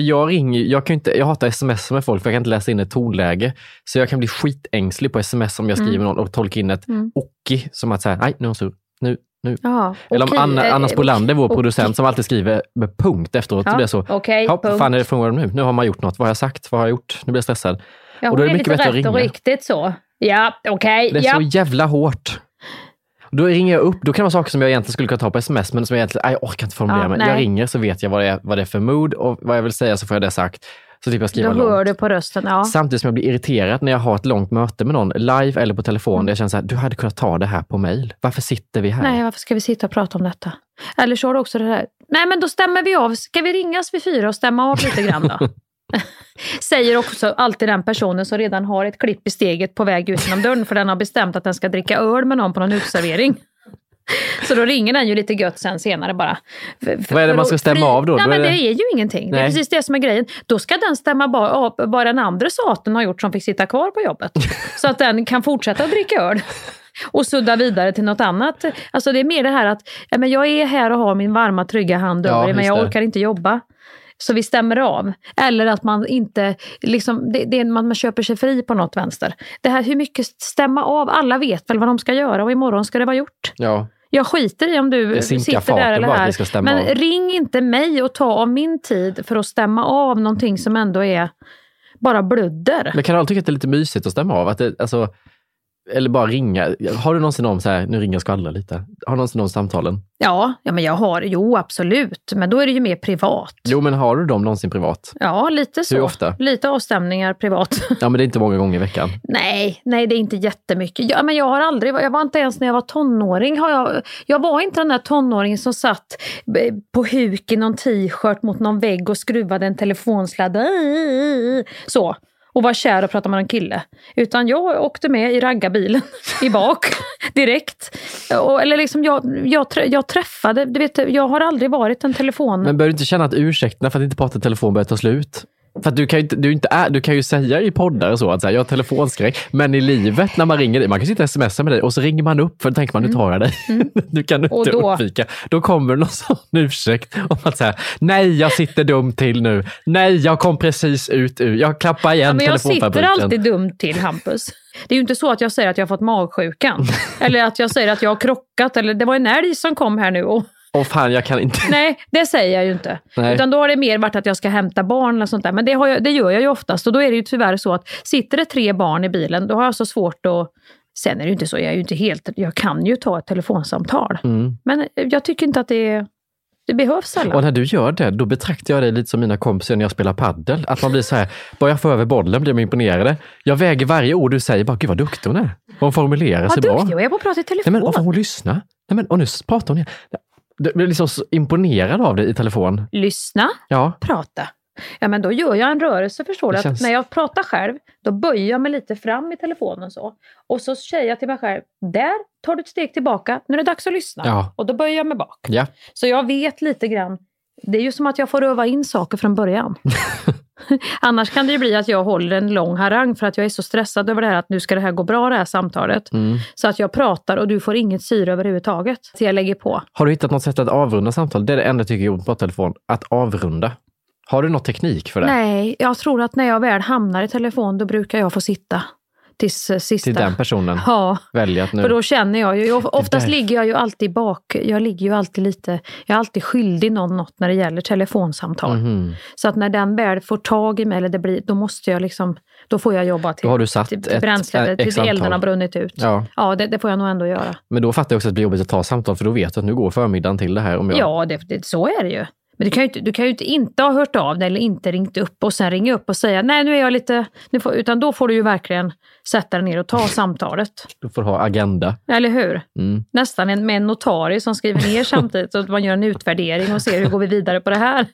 Speaker 4: jag hatar sms med folk för jag kan inte läsa in ett tonläge. Så jag kan bli skitängslig på sms om jag skriver någon och tolkar in ett okej som att säga, nej, nu är hon sur. Nu.
Speaker 3: Aha,
Speaker 4: eller om Anna Spolander, vår producent, som alltid skriver med punkt efteråt. Så blir det så, fan är det från nu? Nu har man gjort något. Vad har jag sagt? Vad har jag gjort? Nu blir jag stressad.
Speaker 3: Ja, och då är det mycket bättre att ringa. Och riktigt så. Ja, okej.
Speaker 4: Det är så jävla hårt. Då ringer jag upp. Då kan det vara saker som jag egentligen skulle kunna ta på sms, men som jag egentligen, jag orkar inte formulera mig. Jag ringer så vet jag vad det är för mood och vad jag vill säga, så får jag det sagt. Så typ jag skriver
Speaker 3: då hör du på rösten,
Speaker 4: Samtidigt som jag blir irriterad när jag har ett långt möte med någon live eller på telefon. Där jag känner så här, du hade kunnat ta det här på mail. Varför sitter vi här?
Speaker 3: Nej, varför ska vi sitta och prata om detta? Eller så har du också det här. Nej, men då stämmer vi av. Ska vi ringas vid 4 och stämma av lite grann då? Säger också alltid den personen som redan har ett klipp i steget på väg ut genom dörren, för den har bestämt att den ska dricka öl med någon på någon utservering. Så då ringer den ju lite gött senare bara.
Speaker 4: Vad är det man ska stämma av då?
Speaker 3: Nej, men det är ju ingenting. Nej. Det är precis det som är grejen. Då ska den stämma av vad den andra saten har gjort som fick sitta kvar på jobbet. Så att den kan fortsätta att dricka öl. Och sudda vidare till något annat. Alltså det är mer det här att men jag är här och har min varma, trygga hand över det, men jag orkar inte jobba. Så vi stämmer av. Eller att man inte, liksom, man köper sig fri på något vänster. Det här, hur mycket stämma av? Alla vet väl vad de ska göra och imorgon ska det vara gjort.
Speaker 4: Ja.
Speaker 3: Jag skiter i om du sitter där eller här. Men ring inte mig och ta av min tid för att stämma av någonting som ändå är bara bludder.
Speaker 4: Men kan du alltid tycka att det är lite mysigt att stämma av? Att det, alltså, eller bara ringa. Har du någonsin om så här, nu ringer jag skvallra lite? Har du någonsin om samtalen?
Speaker 3: Ja, men jag har, absolut. Men då är det ju mer privat.
Speaker 4: Jo, men har du dem någonsin privat?
Speaker 3: Ja, lite så.
Speaker 4: Hur ofta?
Speaker 3: Lite avstämningar privat.
Speaker 4: Ja, men det är inte många gånger i veckan.
Speaker 3: Nej, det är inte jättemycket. Ja, men jag var inte ens när jag var tonåring. Jag var inte den där tonåringen som satt på huk i någon t-shirt mot någon vägg och skruvade en telefonsladd. Så. och var kär och pratade med en kille. Utan jag åkte med i raggarbilen i bak direkt. Eller liksom jag träffade, du vet, jag har aldrig varit en telefon.
Speaker 4: Men bör du inte känna att ursäkterna för att inte prata i telefon börjar ta slut? För att du kan ju säga i poddar och så att jag har telefonskräck, men i livet när man ringer dig, man kan sitta och smsa med dig och så ringer man upp för då tänker man, nu tar jag dig. Du kan inte undvika. Då kommer någon sån ursäkt om att säga, nej jag sitter dumt till nu. Nej, jag kom precis ut ur. Jag klappar igen telefonfabriken.
Speaker 3: Men jag sitter alltid dumt till, Hampus. Det är ju inte så att jag säger att jag har fått magsjukan. Eller att jag säger att jag har krockat. Eller det var en älg som kom här nu och...
Speaker 4: fan, jag kan inte.
Speaker 3: Nej, det säger jag ju inte. Nej. Utan då har det mer varit att jag ska hämta barn eller sånt där. Men det gör jag ju oftast. Och då är det ju tyvärr så att sitter det 3 barn i bilen, då har jag så svårt att... Sen är det ju inte så, jag kan ju ta ett telefonsamtal. Men jag tycker inte att det behövs alla.
Speaker 4: Och när du gör det, då betraktar jag dig lite som mina kompisar när jag spelar paddel. Att man blir så här, bara jag får över bollen blir man imponerad. Jag väger varje ord du säger, bara gud vad duktig hon är. Hon formulerar sig bra.
Speaker 3: Jag är på att prata i telefon.
Speaker 4: Nej, men och får hon lyssna? Nej, men, och nu pratar hon igen. Du blir liksom så imponerad av det i telefon.
Speaker 3: Lyssna, prata. Ja, men då gör jag en rörelse, förstår du? Att när jag pratar själv, då böjer jag mig lite fram i telefonen så. Och så säger jag till mig själv, där tar du ett steg tillbaka, nu är det dags att lyssna. Ja. Och då böjer jag mig bak. Ja. Så jag vet lite grann, det är ju som att jag får öva in saker från början. Annars kan det ju bli att jag håller en lång harang för att jag är så stressad över det här att nu ska det här gå bra, det här samtalet. Så att jag pratar och du får inget syre överhuvudtaget. Så jag lägger på.
Speaker 4: Har du hittat något sätt att avrunda samtal? Det är det enda jag tycker är gjort på telefon, att avrunda. Har du någon teknik för det?
Speaker 3: Nej, jag tror att när jag väl hamnar i telefon då brukar jag få sitta tills sista.
Speaker 4: Till den personen?
Speaker 3: Ja,
Speaker 4: välja att nu...
Speaker 3: för då känner jag ju, oftast ligger jag ju alltid bak, jag ligger ju alltid lite, jag är alltid skyldig något när det gäller telefonsamtal. Så att när den väl får tag i mig, eller det blir, då måste jag liksom, då får jag jobba till,
Speaker 4: då har du satt
Speaker 3: till bränsle, till elden har brunnit ut. Ja, det får jag nog ändå göra.
Speaker 4: Men då fattar jag också att det blir jobbigt att ta samtal, för då vet du att nu går förmiddagen till det här. Om jag...
Speaker 3: Ja, så är det ju. Men du kan ju inte ha hört av dig eller inte ringt upp och sen ringa upp och säga nej, nu är jag lite... utan då får du ju verkligen sätta dig ner och ta samtalet.
Speaker 4: Du får ha agenda.
Speaker 3: Eller hur? Nästan med en notarie som skriver ner samtidigt så att man gör en utvärdering och ser hur går vi vidare på det här.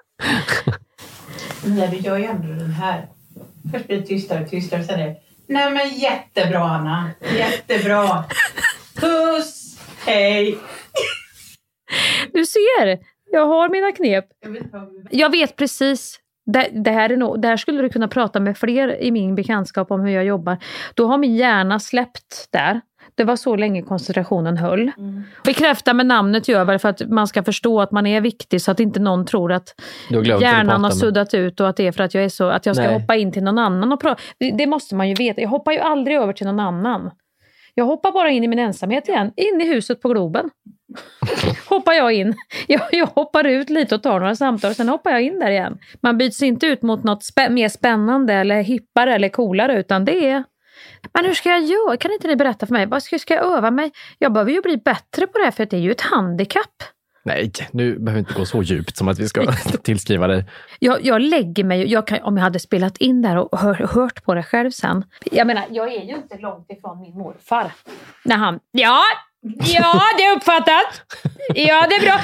Speaker 5: Nej, du gör ju ändå den här. Först blir det tystare, sen är det... Nej, men jättebra, Anna. Jättebra. Puss! Hej!
Speaker 3: Du ser... Jag har mina knep. Jag vet precis. Det här skulle du kunna prata med fler i min bekantskap om hur jag jobbar. Då har min hjärna släppt där. Det var så länge koncentrationen höll. Bekräfta med namnet gör väl för att man ska förstå att man är viktig, så att inte någon tror att hjärnan har suddat ut och att det är för att jag är så att jag ska hoppa in till någon annan och prata. Det måste man ju veta. Jag hoppar ju aldrig över till någon annan. Jag hoppar bara in i min ensamhet igen. In i huset på Globen. Hoppar jag in. Jag hoppar ut lite och tar några samtal. Sen hoppar jag in där igen. Man byts inte ut mot något mer spännande eller hippare eller coolare. Utan det är... Men hur ska jag göra? Kan inte ni berätta för mig? Vad ska jag öva mig? Jag behöver ju bli bättre på det här, för det är ju ett handikapp.
Speaker 4: Nej, nu behöver vi inte gå så djupt som att vi ska tillskriva dig.
Speaker 3: Jag lägger mig, om jag hade spelat in där och hört på det själv sen. Jag menar, jag är ju inte långt ifrån min morfar. När han, ja, det är uppfattat. Ja, det är bra.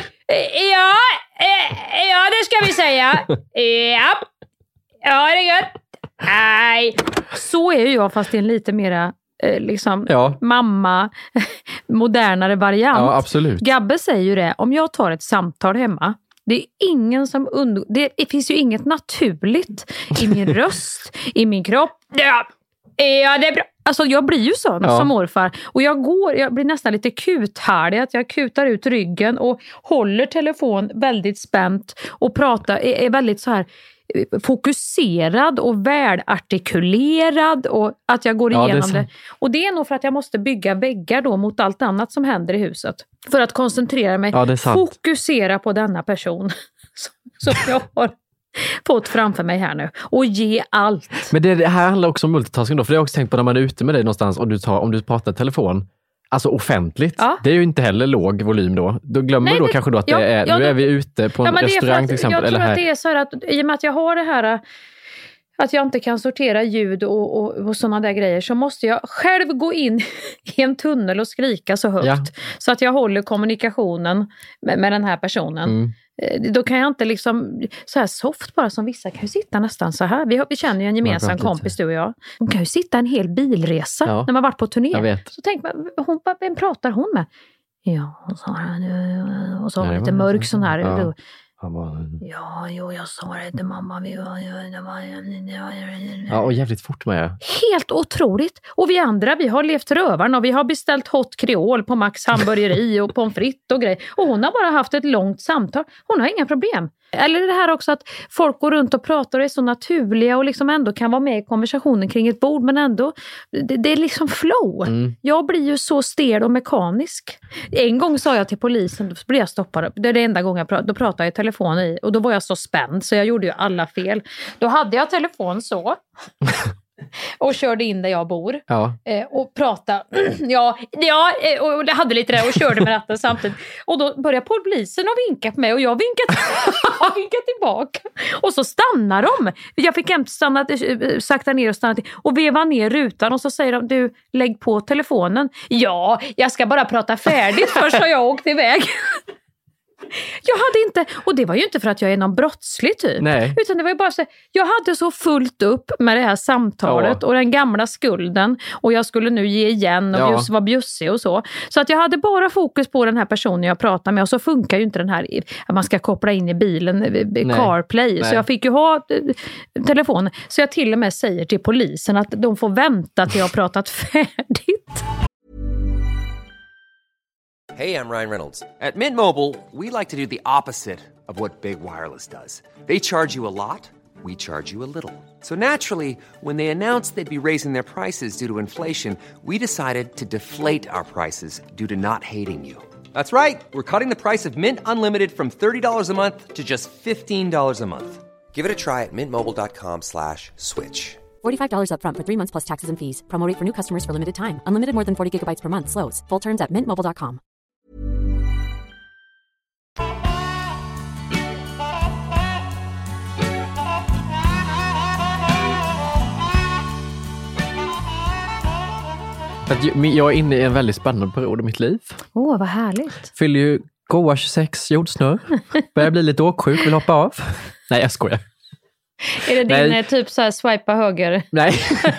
Speaker 3: Ja, det ska vi säga. Ja, det är gött. Nej, så är ju jag, fast det är en lite mera mamma, modernare variant.
Speaker 4: Ja, absolut.
Speaker 3: Gabbe säger ju det, om jag tar ett samtal hemma, det är ingen som det finns ju inget naturligt i min röst, i min kropp. Ja, det är bra. Alltså jag blir ju sån som morfar. Och jag blir nästan lite kuthärdig, att jag kutar ut ryggen och håller telefon väldigt spänt och pratar, är väldigt så här fokuserad och välartikulerad, och att jag går igenom det. Och det är nog för att jag måste bygga väggar då mot allt annat som händer i huset. För att koncentrera mig, fokusera på denna person som jag har fått framför mig här nu. Och ge allt.
Speaker 4: Men det här handlar också om multitasking då. För det har jag också tänkt på när man är ute med dig någonstans och om du pratar telefon. Alltså offentligt. Ja. Det är ju inte heller låg volym då. Då glömmer du kanske då att det är, nu är vi ute på en restaurang till exempel.
Speaker 3: Jag tror att det är så här att i och med att jag har det här att jag inte kan sortera ljud och sådana där grejer, så måste jag själv gå in i en tunnel och skrika så högt så att jag håller kommunikationen med den här personen. Då kan jag inte liksom så här soft bara som vissa kan ju sitta nästan så här. Vi känner ju en gemensam kompis, du och jag. Hon kan ju sitta en hel bilresa när man varit på turné. Så tänk man, vem pratar hon med? Ja, och så lite mörk sån här. Jag sa det till mamma.
Speaker 4: Ja, och jävligt fort med.
Speaker 3: Helt otroligt. Och vi andra, vi har levt rövarna och vi har beställt hot kreol på Max hamburgeri och pommes frites och grejer. Och hon har bara haft ett långt samtal. Hon har inga problem. Eller det här också att folk går runt och pratar och är så naturliga och liksom ändå kan vara med i konversationen kring ett bord, men ändå, det är liksom flow. Jag blir ju så stel och mekanisk. En gång sa jag till polisen, då blev jag stoppad. Det är det enda gången då pratade jag i telefon i, och då var jag så spänd så jag gjorde ju alla fel. Då hade jag telefon så och körde in där jag bor och pratade och jag hade lite där och körde med ratten samtidigt, och då började polisen och vinka på mig och jag vinkade tillbaka, och så stannar de. Jag fick inte sakta ner och stanna till och veva ner rutan, och så säger de, du, lägg på telefonen. Ja, jag ska bara prata färdigt först, har jag åkt iväg. Jag hade inte, och det var ju inte för att jag är någon brottslig typ.
Speaker 4: Nej.
Speaker 3: Utan det var ju bara så, jag hade så fullt upp med det här samtalet och den gamla skulden, och jag skulle nu ge igen och vara bjussig och så. Så att jag hade bara fokus på den här personen jag pratade med, och så funkar ju inte den här att man ska koppla in i bilen CarPlay. Nej. Så jag fick ju ha telefonen. Så jag till och med säger till polisen att de får vänta till jag har pratat färdigt.
Speaker 12: Hey, I'm Ryan Reynolds. At Mint Mobile, we like to do the opposite of what Big Wireless does. They charge you a lot, we charge you a little. So naturally, when they announced they'd be raising their prices due to inflation, we decided to deflate our prices due to not hating you. That's right. We're cutting the price of Mint Unlimited from $30 a month to just $15 a month. Give it a try at mintmobile.com/switch.
Speaker 13: $45 up front for 3 months plus taxes and fees. Promo rate for new customers for limited time. Unlimited more than 40 gigabytes per month. Slows full terms at mintmobile.com.
Speaker 4: Jag är inne i en väldigt spännande period i mitt liv.
Speaker 3: Vad härligt.
Speaker 4: Fyller ju goa 26 jordsnurr. Börjar bli lite åksjuk, vill hoppa av. Nej, jag skojar.
Speaker 3: Är det din typ så här swipa höger?
Speaker 4: Nej.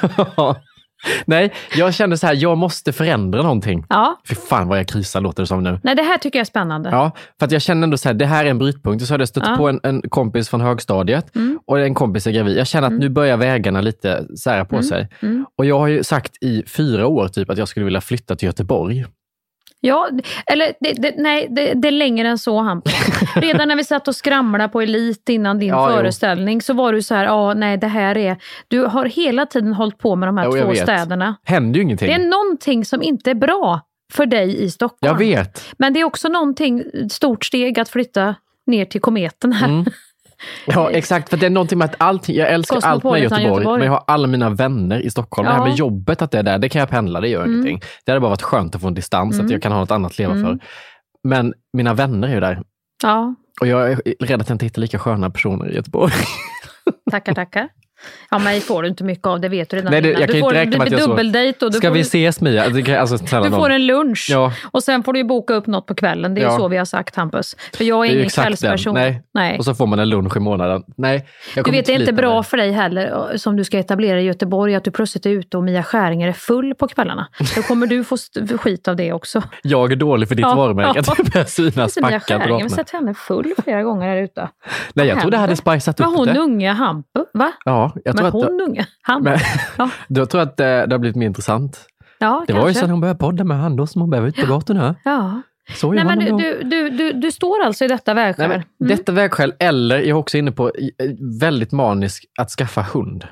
Speaker 4: Nej, jag kände så här, jag måste förändra någonting.
Speaker 3: Ja.
Speaker 4: Fy fan vad jag krisar låter det som nu.
Speaker 3: Nej, det här tycker jag är spännande.
Speaker 4: Ja, för att jag känner ändå så här, det här är en brytpunkt. Så hade jag stött på en kompis från högstadiet och en kompis är gravid. Jag känner att nu börjar vägarna lite sära på sig. Och jag har ju sagt i 4 år typ att jag skulle vilja flytta till Göteborg.
Speaker 3: Ja, eller det är längre än så, Hampus. Redan när vi satt och skramlade på Elit innan din föreställning så var du så här, det här är... Du har hela tiden hållit på med de här 2 städerna.
Speaker 4: Händer ju ingenting.
Speaker 3: Det är någonting som inte är bra för dig i Stockholm.
Speaker 4: Jag vet.
Speaker 3: Men det är också någonting, stort steg att flytta ner till kometen här.
Speaker 4: Ja, exakt. För det är någonting med att allting, jag älskar allt med Göteborg, men jag har alla mina vänner i Stockholm. Det här med jobbet, att det är där, det kan jag pendla, det gör ingenting. Det hade bara varit skönt att få en distans, att jag kan ha något annat att leva för. Men mina vänner är ju där.
Speaker 3: Ja.
Speaker 4: Och jag är rädd att jag inte hittar lika sköna personer i Göteborg.
Speaker 3: Tackar. Ja, men får du inte mycket av, det vet du redan.
Speaker 4: Nej, jag kan inte räkna med att jag
Speaker 3: dubbeldejt och
Speaker 4: ska vi ses, Mia?
Speaker 3: Du får en lunch och sen får du boka upp något på kvällen. Det är så vi har sagt, Hampus. För jag är ingen kvällsperson. Nej.
Speaker 4: Och så får man en lunch i månaden. Nej,
Speaker 3: du vet, det är inte bra för dig heller, som du ska etablera i Göteborg, att du plötsligt är ute och Mia Skäringer är full på kvällarna. Då kommer du få skit av det också.
Speaker 4: Jag är dålig för ditt varumärke. Att du börjar synas
Speaker 3: Mia Skäringer har sett henne full flera gånger här ute.
Speaker 4: Nej, jag tror det hade spicat upp det.
Speaker 3: Var hon unga Hampus? Va?
Speaker 4: Ja.
Speaker 3: Men hon unge, han.
Speaker 4: Då tror jag att det har blivit mer intressant.
Speaker 3: Ja,
Speaker 4: det var ju sen hon började podda med han då, som hon började ut på gatorna.
Speaker 3: Ja.
Speaker 4: Så
Speaker 3: nej, men du står alltså i detta vägskäl.
Speaker 4: Nej, detta vägskäl, eller jag är också inne på väldigt manisk att skaffa hund.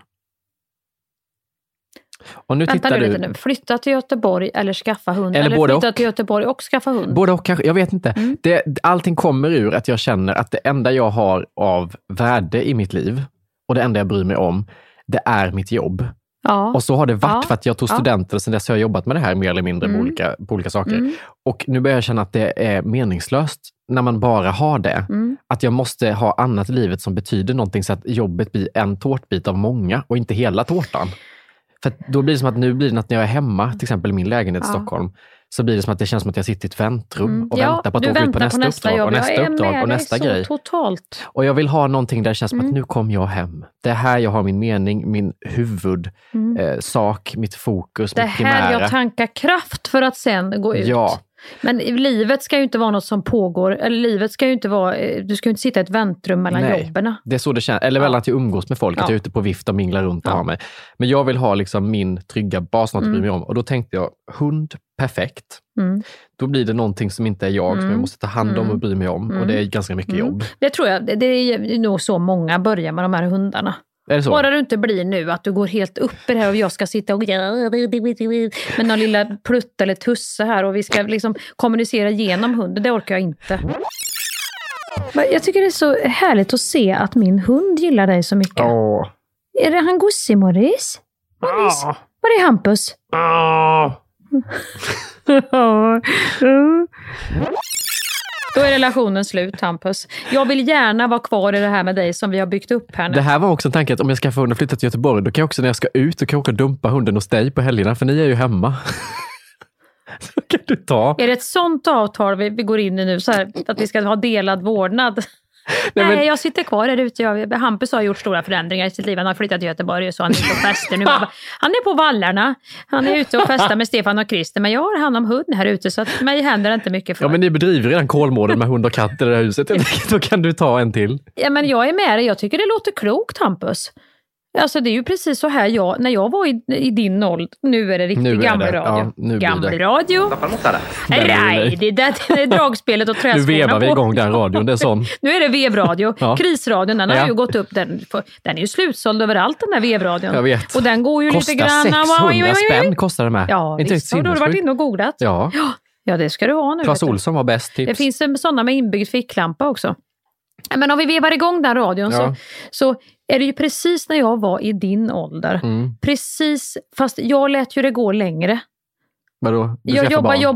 Speaker 4: Och nu
Speaker 3: vänta lite nu. Flytta till Göteborg eller skaffa hund?
Speaker 4: Eller
Speaker 3: flytta till Göteborg och skaffa hund?
Speaker 4: Både och kanske, jag vet inte. Allting kommer ur att jag känner att det enda jag har av värde i mitt liv och det enda jag bryr mig om, det är mitt jobb. Ja. Och så har det varit för att jag tog studenter och sen dess har jag jobbat med det här mer eller mindre på olika saker. Och nu börjar jag känna att det är meningslöst när man bara har det. Att jag måste ha annat i livet som betyder någonting så att jobbet blir en tårtbit av många och inte hela tårtan. För då blir det som att nu blir det att när jag är hemma, till exempel i min lägenhet i Stockholm, så blir det som att det känns som att jag sitter i ett väntrum och väntar på att åka ut på nästa uppdrag och nästa uppdrag och nästa grej.
Speaker 3: Totalt.
Speaker 4: Och jag vill ha någonting där det känns som att nu kom jag hem. Det är här jag har min mening, min huvudsak, mitt fokus,
Speaker 3: det
Speaker 4: mitt primära.
Speaker 3: här jag tankar kraft för att sen gå ut.
Speaker 4: Ja.
Speaker 3: Men livet ska ju inte vara något som pågår, eller livet ska ju inte vara, du ska ju inte sitta i ett väntrum mellan jobben. Det
Speaker 4: är så det känns, eller väl att jag umgås med folk, att jag är ute på vift och minglar runt och har mig. Men jag vill ha liksom min trygga bas, något att bry mig om. Och då tänkte jag, hund, perfekt. Då blir det någonting som inte är jag, som jag måste ta hand om och bry mig om. Och det är ganska mycket jobb.
Speaker 3: Det tror jag, det är nog så många börjar med de här hundarna. Bara du inte blir nu att du går helt upp i det här och jag ska sitta och med någon lilla plutt eller tusse här och vi ska liksom kommunicera genom hunden, det orkar jag inte. Jag tycker det är så härligt att se att min hund gillar dig så mycket. Är det han Gussi, Morris? Var är Hampus? Då är relationen slut, Hampus. Jag vill gärna vara kvar i det här med dig som vi har byggt upp här nu.
Speaker 4: Det här var också en tanke att om jag ska få hunden flytta till Göteborg, då kan jag också när jag ska ut och kan åka och dumpa hunden hos dig på helgerna, för ni är ju hemma. Så kan du ta.
Speaker 3: Är det ett sånt avtal vi går in i nu, så här, att vi ska ha delad vårdnad? Nej, jag sitter kvar där ute. Hampus har gjort stora förändringar i sitt liv. Han har flyttat till Göteborg och så han är ute och festar nu. Han är på Vallarna. Han är ute och festar med Stefan och Christer. Men jag har hand om hunden här ute så att mig händer inte mycket för.
Speaker 4: Ja, men ni bedriver redan Kolmården med hund och katt i det här huset. Då kan du ta en till.
Speaker 3: Ja, men jag är med dig. Jag tycker det låter klokt, Hampus. Alltså det är ju precis så här när jag var i din ålder. Nu är det riktigt gammelradio.
Speaker 4: Ja,
Speaker 3: gammelradio. Nej, det är dragspelet och träskorna på.
Speaker 4: Nu vevar vi igång den radion, det är sån.
Speaker 3: Nu är det vevradion. Krisradion, den har ju gått upp. Den är ju slutsåld överallt, den där vevradion.
Speaker 4: Jag vet.
Speaker 3: Och den går ju
Speaker 4: kostar
Speaker 3: lite grann.
Speaker 4: 600 spänn kostar det med.
Speaker 3: Ja, visst. Har du varit inne och googlat? Ja, det ska du ha nu.
Speaker 4: Claes Olsson var bäst tips.
Speaker 3: Det finns sådana med inbyggd ficklampa också. Men om vi vevar igång den radion så är det ju precis när jag var i din ålder. Precis, fast jag lät ju det gå längre.
Speaker 4: Vadå?
Speaker 3: Jag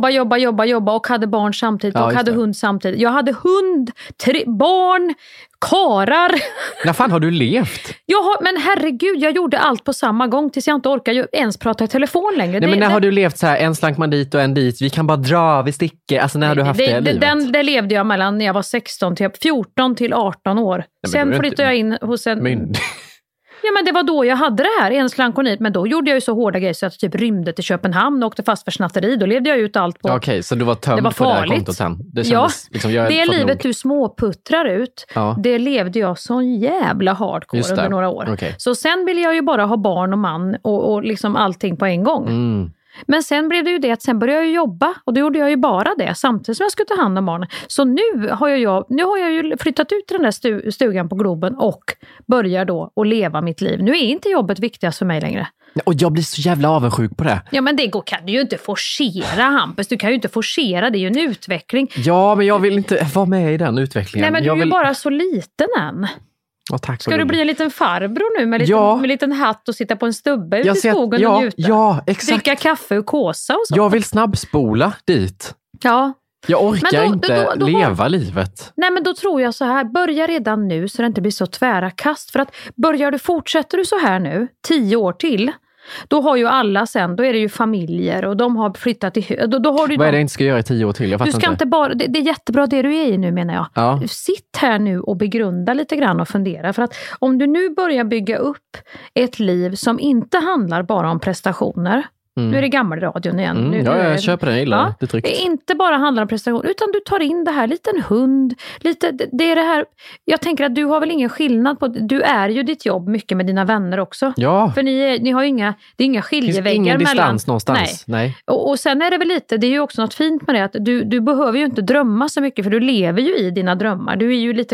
Speaker 3: jobba och hade barn samtidigt och hade hund samtidigt. Jag hade hund, barn, karar.
Speaker 4: När fan har du levt?
Speaker 3: Men herregud, jag gjorde allt på samma gång tills jag inte orkar ens prata i telefon längre.
Speaker 4: Nej, men när har du levt så här, en slank man dit och en dit, vi kan bara dra, vi sticker. Alltså när har du haft det livet?
Speaker 3: Det levde jag mellan när jag var 14 till 18 år. Sen flyttade jag in hos en... Ja, men det var då jag hade det här, en slankonit. Men då gjorde jag ju så hårda grejer så att jag typ rymde till Köpenhamn och åkte fast för snatteri. Då levde jag ut allt på...
Speaker 4: Okej, så du var tömd på det här kontot sen? Det kändes, liksom, det
Speaker 3: livet du småputtrar ut, det levde jag så jävla hardcore under några år.
Speaker 4: Okay.
Speaker 3: Så sen ville jag ju bara ha barn och man och liksom allting på en gång. Men sen blev det ju det att sen började jag jobba och då gjorde jag ju bara det samtidigt som jag skulle ta hand om barnen. Så nu har jag ju flyttat ut till den där stugan på Globen och börjar då att leva mitt liv. Nu är inte jobbet viktigast för mig längre.
Speaker 4: Och jag blir så jävla avundsjuk på det.
Speaker 3: Ja, men det kan du ju inte forcera, Hampus. Du kan ju inte forcera, det är ju en utveckling.
Speaker 4: Ja, men jag vill inte vara med i den utvecklingen.
Speaker 3: Nej, men du är ju bara så liten än.
Speaker 4: Tack.
Speaker 3: Ska du bli en liten farbror nu med en liten hatt och sitta på en stubbe ute i skogen och njuta?
Speaker 4: Ja, exakt.
Speaker 3: Dricka kaffe och kåsa och så.
Speaker 4: Jag vill snabbspola dit.
Speaker 3: Ja.
Speaker 4: Jag orkar inte leva livet.
Speaker 3: Nej, men då tror jag så här, börja redan nu så det inte blir så tvära kast. För att fortsätter du så här nu, 10 år till, då har ju alla sen, då är det ju familjer och de har flyttat till då har du
Speaker 4: Vad är det jag inte ska göra i 10 år till? Jag
Speaker 3: du ska inte bara, det är jättebra det du är i nu, menar jag.
Speaker 4: Ja.
Speaker 3: Sitt här nu och begrunda lite grann och fundera. För att om du nu börjar bygga upp ett liv som inte handlar bara om prestationer. Nu är det gammelradion igen.
Speaker 4: Jag köper den, jag gillar det tryckt.
Speaker 3: Inte bara handlar om prestation, utan du tar in det här, liten hund, det är det här, jag tänker att du har väl ingen skillnad på, du är ju ditt jobb mycket med dina vänner också.
Speaker 4: Ja.
Speaker 3: För ni har ju det är inga skiljeväggar mellan.
Speaker 4: Ingen distans någonstans. Nej.
Speaker 3: Och sen är det väl lite, det är ju också något fint med det, att du behöver ju inte drömma så mycket, för du lever ju i dina drömmar. Du är ju lite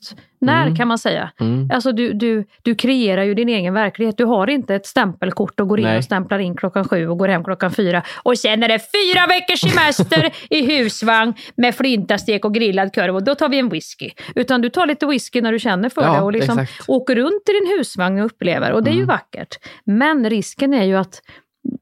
Speaker 3: kan man säga. Alltså du kreerar ju din egen verklighet. Du har inte ett stämpelkort och går in och stämplar in 7:00 och går hem 4:00 och sen är det 4 veckors semester i husvagn med flintastek och grillad korv och då tar vi en whisky. Utan du tar lite whisky när du känner för det och liksom åker runt i din husvagn och upplever, och det är ju vackert. Men risken är ju att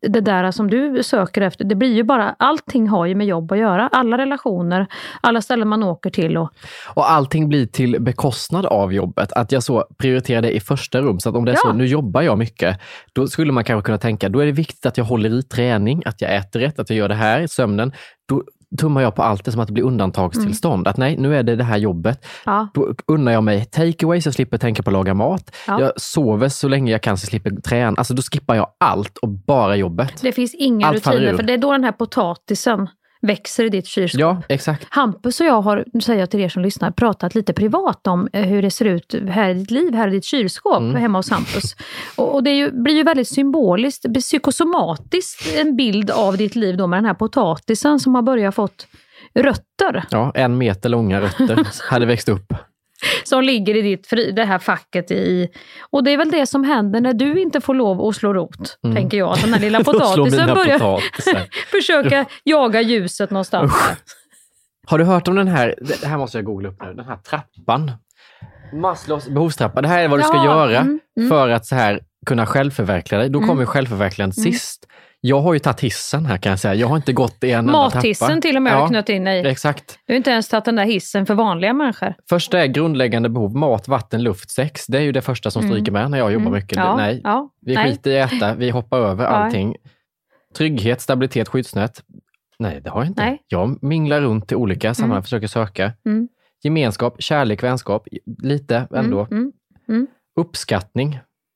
Speaker 3: det där som du söker efter, det blir ju bara, allting har ju med jobb att göra. Alla relationer, alla ställen man åker till. Och
Speaker 4: allting blir till bekostnad av jobbet. Att jag så prioriterar det i första rum. Så att om det är så, nu jobbar jag mycket, då skulle man kanske kunna tänka, då är det viktigt att jag håller i träning, att jag äter rätt, att jag gör det här i sömnen. Då tummar jag på allt det som att det blir undantagstillstånd. Att nej, nu är det här jobbet. Då unnar jag mig takeaway så jag slipper tänka på att laga mat. Jag sover så länge jag kan så jag slipper träna. Alltså då skippar jag allt och bara jobbet.
Speaker 3: Det finns inga rutiner, för det är då den här potatisen växer i ditt kylskåp.
Speaker 4: Ja, exakt.
Speaker 3: Hampus och jag har, nu säger jag till er som lyssnar, pratat lite privat om hur det ser ut här i ditt liv, här i ditt kylskåp hemma hos Hampus. Och det blir ju väldigt symboliskt, psykosomatiskt en bild av ditt liv då med den här potatisen som har börjat fått rötter.
Speaker 4: Ja, 1 meter långa rötter hade växt upp.
Speaker 3: Som ligger i det här facket i. Och det är väl det som händer när du inte får lov att slå rot, tänker jag. Att den här lilla potatisen börjar försöka jaga ljuset någonstans.
Speaker 4: Har du hört om den här, det här måste jag googla upp nu, den här trappan. Maslows behovstrappa. Det här är vad du ska göra för att så här kunna självförverkliga dig. Då kommer självförverkligandet sist. Jag har ju tagit hissen här kan jag säga. Jag har inte gått i en enda trappa.
Speaker 3: Mathissen till och med har knött in i.
Speaker 4: Exakt.
Speaker 3: Du har inte ens tagit den där hissen för vanliga människor.
Speaker 4: Första är grundläggande behov. Mat, vatten, luft, sex. Det är ju det första som stryker med när jag jobbar mycket. Vi skiter i äta. Vi hoppar över allting. Trygghet, stabilitet, skyddsnät. Nej, det har jag inte. Nej. Jag minglar runt till olika sammanhang, försöker söka. Gemenskap, kärlek, vänskap. Lite ändå. Uppskattning.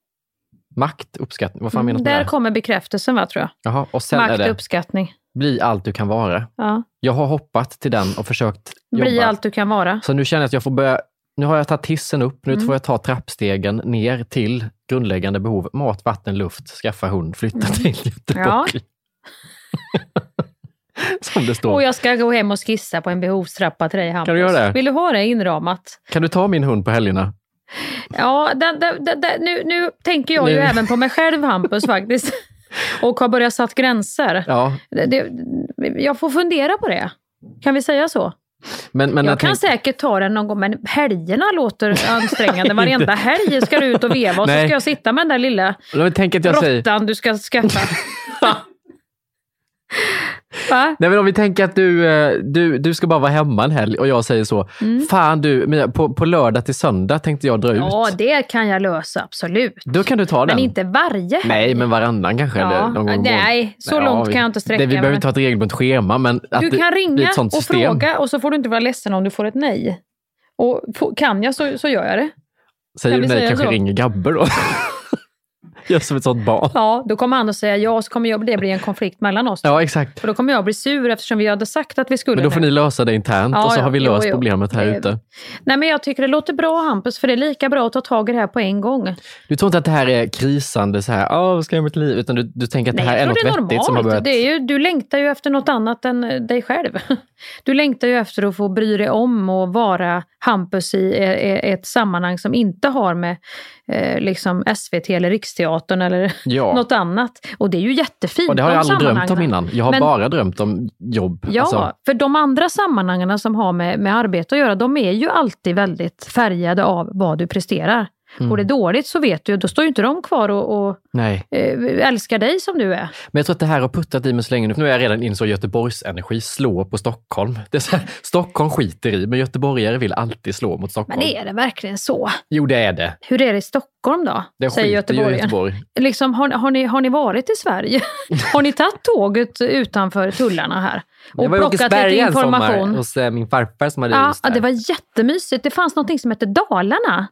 Speaker 4: Makt, uppskattning. Vad fan menas med det?
Speaker 3: Där kommer bekräftelsen, va, tror jag.
Speaker 4: Jaha, och sen
Speaker 3: makt,
Speaker 4: är det
Speaker 3: uppskattning.
Speaker 4: Bli allt du kan vara.
Speaker 3: Ja.
Speaker 4: Jag har hoppat till den och försökt jobba.
Speaker 3: Bli allt du kan vara.
Speaker 4: Så nu känner jag att jag får börja. Nu har jag tagit hissen upp. Nu får jag ta trappstegen ner till grundläggande behov. Mat, vatten, luft, skaffa hund, flytta till Göteborg. Som det står.
Speaker 3: Och jag ska gå hem och skissa på en behovstrappa till dig, Hampus.
Speaker 4: Kan du göra det?
Speaker 3: Vill du ha det inramat?
Speaker 4: Kan du ta min hund på helgerna?
Speaker 3: Ja, nu tänker jag ju även på mig själv, Hampus, faktiskt. Och har börjat satt gränser.
Speaker 4: Ja.
Speaker 3: Jag får fundera på det. Kan vi säga så? Men jag kan säkert ta den någon gång, men helgerna låter ansträngande. Varenda helg ska du ut och veva och så ska jag sitta med den där lilla råttan du ska skaffa. Va?
Speaker 4: Nej, men om vi tänker att du ska bara vara hemma en helg och jag säger så, fan du, på lördag till söndag tänkte jag dra ut.
Speaker 3: Ja, det kan jag lösa, absolut.
Speaker 4: Då kan du ta den.
Speaker 3: Men inte varje helg.
Speaker 4: Nej, men varannan kanske.
Speaker 3: Ja.
Speaker 4: Eller någon gång.
Speaker 3: Nej, så långt kan jag inte sträcka.
Speaker 4: Vi behöver inte ha ett regelbundet schema, men att
Speaker 3: du kan ringa
Speaker 4: ett sånt
Speaker 3: och
Speaker 4: system.
Speaker 3: Fråga och så får du inte vara ledsen om du får ett nej. Och kan jag så gör jag det.
Speaker 4: Säger du nej, kanske ringer Gabbe då. Jag som ett sånt barn.
Speaker 3: Ja, då kommer han att säga ja, så kommer det bli en konflikt mellan oss.
Speaker 4: Ja, exakt.
Speaker 3: För då kommer jag bli sur eftersom vi hade sagt att vi skulle.
Speaker 4: Men då får ni lösa det internt och så har vi löst problemet här ute.
Speaker 3: Nej, men jag tycker det låter bra, Hampus, för det är lika bra att ta tag i det här på en gång.
Speaker 4: Du tror inte att det här är krisande så här, vad ska jag med mitt liv? Utan du tänker att det här är något vettigt som har börjat.
Speaker 3: Det är ju, du längtar ju efter något annat än dig själv. Du längtar ju efter att få bry dig om och vara Hampus i ett sammanhang som inte har med liksom SVT eller Riksteatern eller något annat. Och det är ju jättefint.
Speaker 4: Och det har jag aldrig drömt om innan. Jag har bara drömt om jobb.
Speaker 3: Ja, alltså. För de andra sammanhangen som har med arbete att göra, de är ju alltid väldigt färgade av vad du presterar. Går det dåligt så vet du, då står ju inte de kvar och älskar dig som du är.
Speaker 4: Men jag tror att det här har puttat i mig så länge nu. Nu är jag redan in så Göteborgs energi slår på Stockholm. Det är så här, Stockholm skiter i, men göteborgare vill alltid slå mot Stockholm.
Speaker 3: Men är det verkligen så?
Speaker 4: Jo, det är det.
Speaker 3: Hur är det i Stockholm då?
Speaker 4: Det säger Göteborg.
Speaker 3: Liksom, har ni varit i Sverige? Har ni tagit tåget utanför tullarna här? Och plockat lite information
Speaker 4: hos min farfar som hade just där.
Speaker 3: Ja, det var jättemysigt. Det fanns något som hette Dalarna.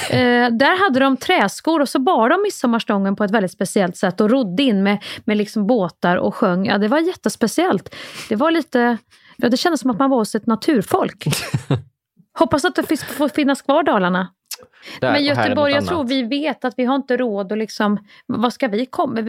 Speaker 3: Där hade de träskor och så bar de midsommarstången på ett väldigt speciellt sätt och rodde in med liksom båtar och sjöng. Ja, det var jättespeciellt. Det var lite, det kändes som att man var hos ett naturfolk. Hoppas att det får finnas kvar Dalarna.
Speaker 4: Där,
Speaker 3: men Göteborg, jag tror vi vet att vi har inte råd och liksom, vad ska vi komma?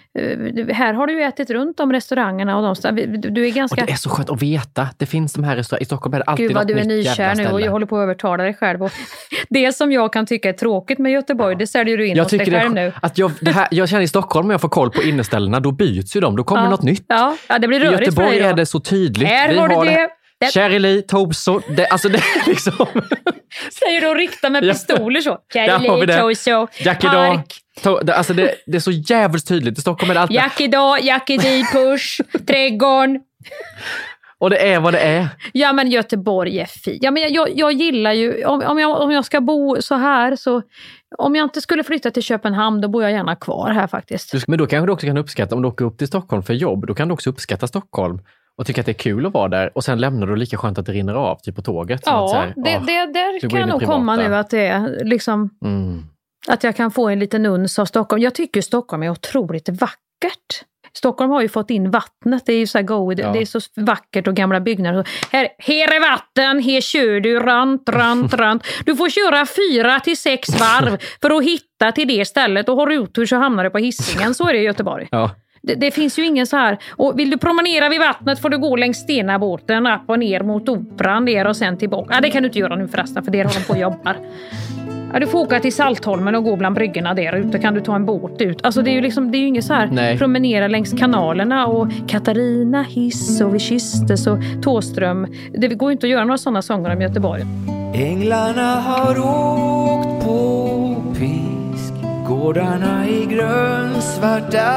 Speaker 3: Här har du ju ätit runt om restaurangerna och du är ganska...
Speaker 4: Och det är så skönt att veta. Det finns de här restaurangerna. I Stockholm är det alltid
Speaker 3: Gud, vad du är nykär nu och jag håller på att övertala dig själv. Och det som jag kan tycka är tråkigt med Göteborg, det säljer du in hos dig själv nu.
Speaker 4: Att jag känner i Stockholm, om jag får koll på inneställena, då byts ju de. Då kommer något nytt.
Speaker 3: Ja, det blir rörigt.
Speaker 4: I Göteborg är det så tydligt.
Speaker 3: Här har du det.
Speaker 4: Cherry Toso, alltså det är liksom...
Speaker 3: Säger du och riktar med pistoler så. Cherry Toso,
Speaker 4: Park, Alltså det är så jävligt tydligt. I Stockholm är det alltid...
Speaker 3: Jack idag, Jack i push, trädgården.
Speaker 4: Och det är vad det är.
Speaker 3: Ja, men Göteborg är fint. Ja, men jag gillar ju, om jag ska bo så här, så om jag inte skulle flytta till Köpenhamn, då bor jag gärna kvar här faktiskt.
Speaker 4: Men då kanske du också kan uppskatta, om du åker upp till Stockholm för jobb, då kan du också uppskatta Stockholm och tycka att det är kul att vara där. Och sen lämnar du lika skönt att det rinner av typ på tåget.
Speaker 3: Ja, där kan nog komma nu att det är liksom... Att jag kan få en liten uns av Stockholm. Jag tycker Stockholm är otroligt vackert. Stockholm har ju fått in vattnet. Det är ju så här det är så vackert och gamla byggnader. Här är vatten, här kör du rant. Du får köra 4 till 6 varv för att hitta till det stället. Och har du otur så hamnar du på Hisingen. Så är det i Göteborg. Ja. Det finns ju ingen så här. Och vill du promenera vid vattnet får du gå längs Stenabåten upp och ner mot Operan där och sen tillbaka. Ja, det kan du inte göra nu förresten, för det håller de på och jobbar. Ja, du får åka till Saltholmen och gå bland bryggorna där ute. Kan du ta en båt ut. Alltså det är ju liksom, det är ju inget så här promenera längs kanalerna och Katarina hiss och vi kysstes och Tåström. Det går ju inte att göra några sådana sånger om Göteborg.
Speaker 14: Änglarna har åkt på pisk, gårdarna i grönsvarta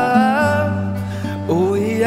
Speaker 14: och i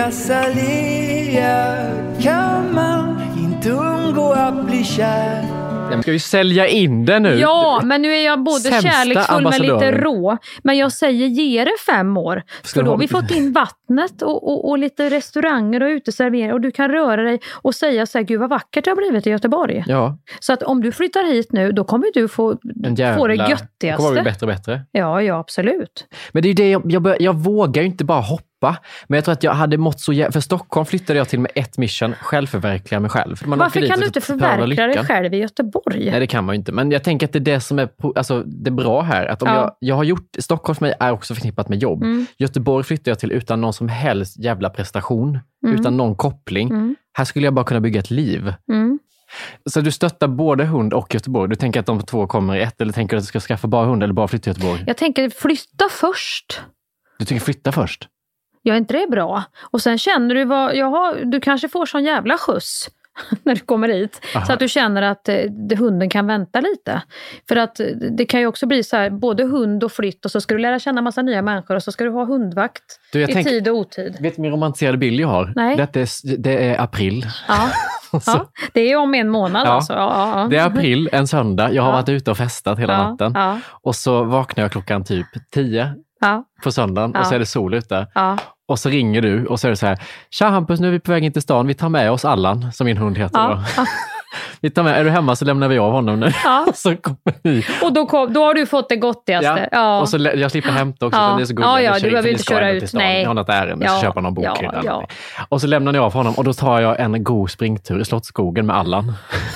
Speaker 14: Azalea kan man inte undgå att bli kär.
Speaker 4: Jag ska ju sälja in det nu.
Speaker 3: Ja, men nu är jag både kärleksfull men lite rå. Men jag säger, ge det 5 år. För då har vi fått in vattnet och lite restauranger och uteserveringar. Och du kan röra dig och säga så här, gud vad vackert det har blivit i Göteborg. Ja. Så att om du flyttar hit nu, då kommer du få det göttigaste. Det kommer bli
Speaker 4: bättre och bättre.
Speaker 3: Ja, absolut.
Speaker 4: Men det är ju det, jag vågar ju inte bara hoppa. Men jag tror att jag hade mått så... För Stockholm flyttade jag till med ett mission, självförverkliga mig själv.
Speaker 3: Varför kan du inte förverkliga dig själv i Göteborg?
Speaker 4: Nej, det kan man ju inte. Men jag tänker att det är det som är det bra här. Att om jag har gjort... Stockholm för mig är också förknippat med jobb. Göteborg flyttar jag till utan någon som helst jävla prestation. Utan någon koppling. Här skulle jag bara kunna bygga ett liv. Så du stöttar både hund och Göteborg. Du tänker att de 2 kommer i ett, eller tänker du att du ska skaffa bara hund eller bara flytta till Göteborg?
Speaker 3: Jag tänker flytta först.
Speaker 4: Du tänker flytta först?
Speaker 3: Ja, inte det är bra. Och sen känner du du kanske får sån jävla skjuts när du kommer hit. Aha. Så att du känner att hunden kan vänta lite. För att det kan ju också bli så här, både hund och flytt, och så ska du lära känna massa nya människor och så ska du ha hundvakt tid och otid.
Speaker 4: Vet du min romantiserade bild jag har?
Speaker 3: Nej.
Speaker 4: Det är april.
Speaker 3: Ja. Ja, det är om en månad alltså. Ja.
Speaker 4: Det är april, en söndag. Jag har varit ute och festat hela natten. Ja. Och så vaknar jag klockan typ 10 på söndagen och så är det sol ute. Ja. Och så ringer du och så är det så här: tja Hampus, nu är vi på väg in till stan. Vi tar med oss Allan, som min hund heter då. Vi tar med, är du hemma så lämnar vi av honom nu. Ja. Så kommer vi.
Speaker 3: Och då har du fått det gottigaste. Ja.
Speaker 4: Och så jag slipper hämta också. Det är så gulligt.
Speaker 3: Du behöver inte köra ut. Nej.
Speaker 4: Jag har något ärende så köper någon bokhylla. Ja. Och så lämnar jag av honom och då tar jag en god springtur i Slottsskogen med Allan.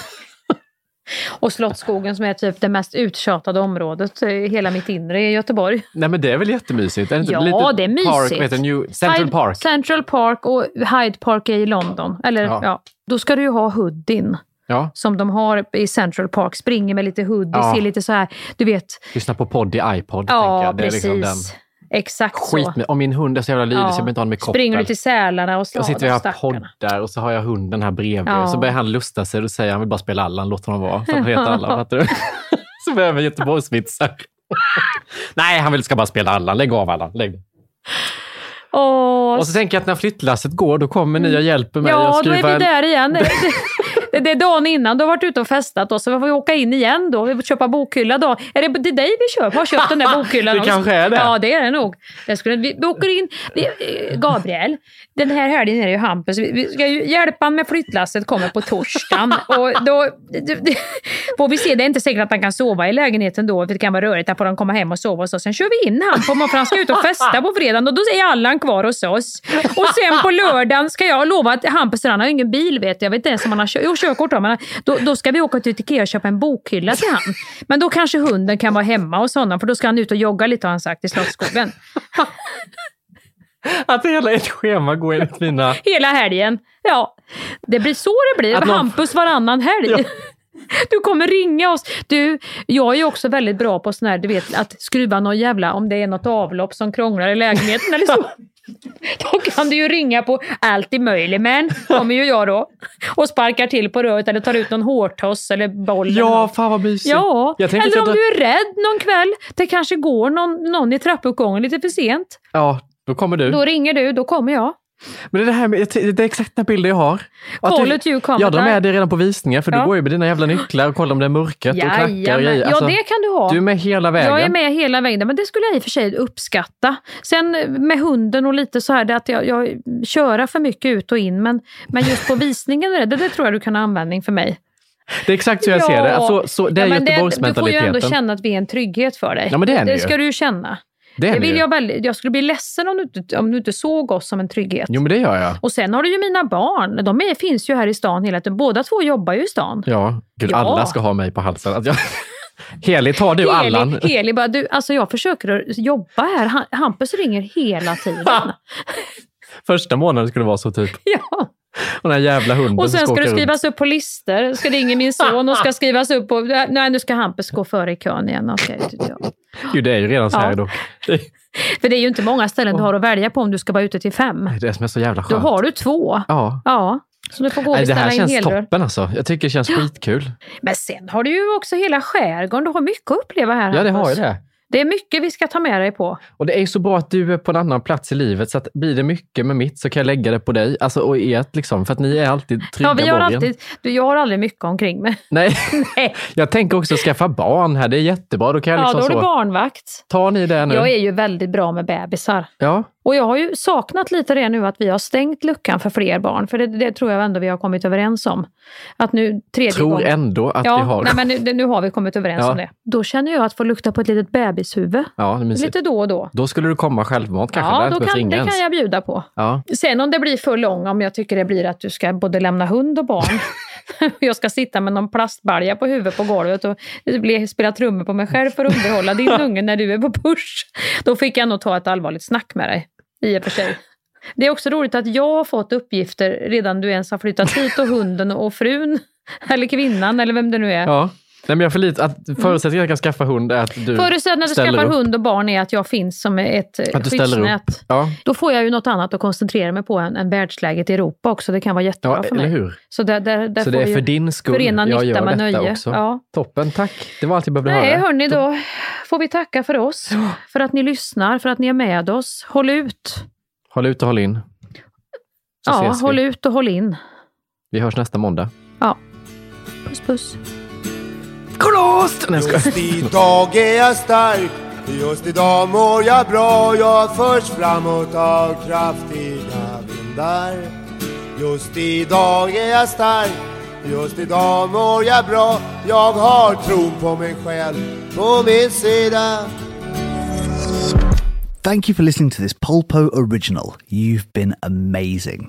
Speaker 3: Och Slottsskogen som är typ det mest uttjatade området i hela mitt inre i Göteborg.
Speaker 4: Nej, men det är väl jättemysigt? Är det inte
Speaker 3: lite det är mysigt.
Speaker 4: Park, Central Park.
Speaker 3: Central Park och Hyde Park är i London. Eller då ska du ju ha hoodin. Ja. Som de har i Central Park. Springer med lite hoodie, ser lite så här, du vet.
Speaker 4: Lyssna på podd i iPod.
Speaker 3: Ja,
Speaker 4: det är
Speaker 3: precis.
Speaker 4: Liksom den.
Speaker 3: Exakt så.
Speaker 4: Om min hund är så jävla lydig så jag behöver inte ha den med koppel.
Speaker 3: Springer du till sälarna och
Speaker 4: slår. Och sitter vi här poddar och så har jag hunden här bredvid. Ja. Så börjar han lusta sig och säger han vill bara spela Allan, låt honom vara. För han heter Allan, fattar du? Så behöver Göteborgsvitsar. Nej, han ska bara spela Allan. Lägg av Allan, lägg. Och så tänker jag att när flyttlasset går, då kommer ni och hjälper mig att skriva.
Speaker 3: Ja, då är vi där igen. Det är dagen innan du har varit ute och festat och så får vi åka in igen då. Vi får köpa bokhylla då. Är det dig vi köper? Har köpt den där bokhyllan?
Speaker 4: Det kanske är det.
Speaker 3: Ja, det är det nog. Vi åker in. Gabriel, den här helgen är det ju Hampus. Vi ska ju hjälpa med flyttlasset, kommer på torsdagen. Och då får vi se, det är inte säkert att han kan sova i lägenheten då. För det kan vara rörigt att få dem komma hem och sova hos oss. Sen kör vi in han för han ska ut och festa på fredagen. Och då är Allan kvar hos oss. Och sen på lördagen ska jag lova att Hampus, han har ingen bil, vet jag. vet inte ens om han har körkort. Men då ska vi åka till Ikea och köpa en bokhylla till han. Men då kanske hunden kan vara hemma hos honom, för då ska han ut och jogga lite, har han sagt, i Slottsskogen.
Speaker 4: Att hela ett schema går enligt mina...
Speaker 3: Hela helgen. Ja, det blir så det blir. Hampus varannan helg. Ja. Du kommer ringa oss. Jag är ju också väldigt bra på sån här, du vet, att skruva någon jävla, om det är något avlopp som krånglar i lägenheten eller så. Då kan du ju ringa på allt i möjligt, men kommer ju jag då och sparkar till på röret eller tar ut någon hårtoss eller boll.
Speaker 4: Ja, fan vad mysigt.
Speaker 3: Ja, eller om du är rädd någon kväll, det kanske går någon i trappuppgången lite för sent.
Speaker 4: Ja, då kommer du.
Speaker 3: Då ringer du, då kommer jag.
Speaker 4: Men det här med, det är exakt den bilden jag har. Jag drar med dig redan på visningar, för du går ju med dina jävla nycklar och kollar om det är mörkret och knackar och grejer.
Speaker 3: Alltså, ja, det kan du ha.
Speaker 4: Du är med hela vägen.
Speaker 3: Jag är med hela vägen, men det skulle jag i och för sig uppskatta. Sen med hunden och lite så här, det att jag kör för mycket ut och in, men just på visningen, det tror jag du kan ha användning för mig.
Speaker 4: Det är exakt så jag ser det. Alltså, det är Göteborgsmentaliteten.
Speaker 3: Du får ju ändå känna att vi är en trygghet för dig.
Speaker 4: Ja, men det
Speaker 3: ska du ju känna. Jag skulle bli ledsen om du inte såg oss som en trygghet.
Speaker 4: Jo, men det gör jag.
Speaker 3: Och sen har du ju mina barn. De finns ju här i stan hela tiden. Båda två jobbar ju i stan.
Speaker 4: Ja, gud, alla ska ha mig på halsen. Helig, tar du Allan?
Speaker 3: Helig, bara, alltså jag försöker jobba här. Hampus ringer hela tiden.
Speaker 4: Första månaden skulle det vara så typ.
Speaker 3: Ja.
Speaker 4: Och den här jävla hunden.
Speaker 3: Och sen ska det skrivas upp på lister. Ska det ringa min son och ska skrivas upp på... Nej, nu ska Hampus gå före i kön igen. Okay,
Speaker 4: Gud, det är ju redan så här dock.
Speaker 3: För det är ju inte många ställen du har att välja på om du ska vara ute till 5.
Speaker 4: Det är det som är så jävla skönt.
Speaker 3: Då har du 2.
Speaker 4: Ja.
Speaker 3: Så du får gå och beställa in helrör.
Speaker 4: Det här känns toppen alltså. Jag tycker det känns skitkul.
Speaker 3: Men sen har du ju också hela skärgården. Du har mycket att uppleva här.
Speaker 4: Ja, det har ju det.
Speaker 3: Det är mycket vi ska ta med dig på.
Speaker 4: Och det är ju så bra att du är på en annan plats i livet, så att blir det mycket med mitt så kan jag lägga det på dig. Alltså, och ert liksom, för att ni är alltid trygga borgen.
Speaker 3: Jag har aldrig mycket omkring mig.
Speaker 4: Nej. Jag tänker också skaffa barn här, det är jättebra. Då kan jag liksom
Speaker 3: då har du barnvakt.
Speaker 4: Tar ni det nu?
Speaker 3: Jag är ju väldigt bra med bebisar.
Speaker 4: Ja.
Speaker 3: Och jag har ju saknat lite det nu att vi har stängt luckan för fler barn. För det tror jag ändå vi har kommit överens om. Att nu tredje gången...
Speaker 4: ändå att vi har...
Speaker 3: Nej, men nu har vi kommit överens om det. Då känner jag att få lukta på ett litet bebishuvud.
Speaker 4: Ja, det är mysigt.
Speaker 3: Lite då och då.
Speaker 4: Då skulle du komma självmant kanske.
Speaker 3: Ja, det kan jag bjuda på. Ja. Sen om det blir för lång, om jag tycker det blir att du ska både lämna hund och barn. Jag ska sitta med någon plastbalja på huvudet på golvet och spela trummor på mig själv för att underhålla din unge när du är på push. Då fick jag nog ta ett allvarligt snack med dig. I och för sig. Det är också roligt att jag har fått uppgifter redan du ens har flyttat hit och hunden och frun eller kvinnan eller vem det nu är.
Speaker 4: Ja. Nej, men jag får lite att förutsättningen att jag kan skaffa hund är att du
Speaker 3: förutsättningen att du skaffar hund och barn är att jag finns som ett skyddsnät.
Speaker 4: Ja.
Speaker 3: Då får jag ju något annat att koncentrera mig på än världsläget i Europa också. Det kan vara jättebra för mig.
Speaker 4: Eller hur?
Speaker 3: Så där
Speaker 4: så det är för din skull jag gör detta nöje. Också. Ja. Toppen, tack. Det var allt jag behövde höra.
Speaker 3: Nej, hörni, då får vi tacka för oss. För att ni lyssnar, för att ni är med oss. Håll ut.
Speaker 4: Håll ut och håll in.
Speaker 3: Så håll ut och håll in.
Speaker 4: Vi hörs nästa måndag.
Speaker 3: Ja. Puss, puss.
Speaker 9: Just idag är jag stark, just idag mår jag bra. Jag förs framåt av kraftiga vindar. Just idag är jag stark, just idag mår jag bra. Jag har tron på mig själv på min sida.
Speaker 15: Thank you for listening to this Polpo original. You've been amazing.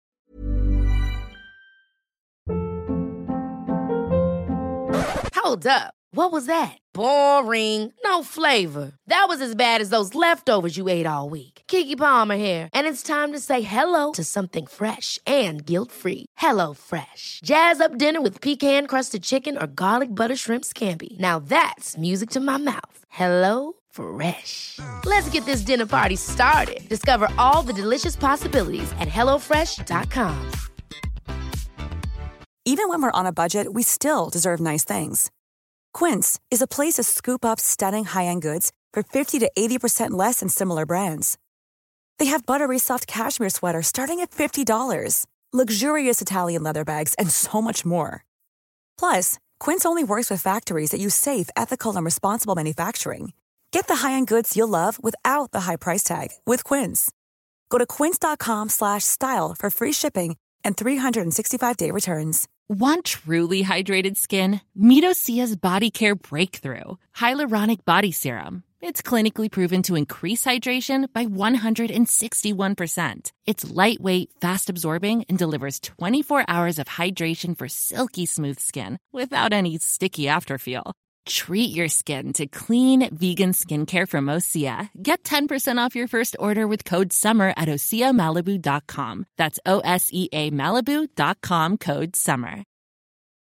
Speaker 1: Hold up. What was that? Boring. No flavor. That was as bad as those leftovers you ate all week. Keke Palmer here, and it's time to say hello to something fresh and guilt-free. Hello Fresh. Jazz up dinner with pecan-crusted chicken or garlic butter shrimp scampi. Now that's music to my mouth. Hello Fresh. Let's get this dinner party started. Discover all the delicious possibilities at hellofresh.com.
Speaker 16: Even when we're on a budget, we still deserve nice things. Quince is a place to scoop up stunning high-end goods for 50 to 80% less than similar brands. They have buttery soft cashmere sweaters starting at $50, luxurious Italian leather bags, and so much more. Plus, Quince only works with factories that use safe, ethical, and responsible manufacturing. Get the high-end goods you'll love without the high price tag with Quince. Go to quince.com/style for free shipping and 365-day returns.
Speaker 17: Want truly hydrated skin? Meet Osea's Body Care Breakthrough Hyaluronic Body Serum. It's clinically proven to increase hydration by 161%. It's lightweight, fast-absorbing, and delivers 24 hours of hydration for silky smooth skin without any sticky afterfeel. Treat your skin to clean, vegan skincare from Osea. Get 10% off your first order with code SUMMER at OseaMalibu.com. That's OSEA Malibu.com, code SUMMER.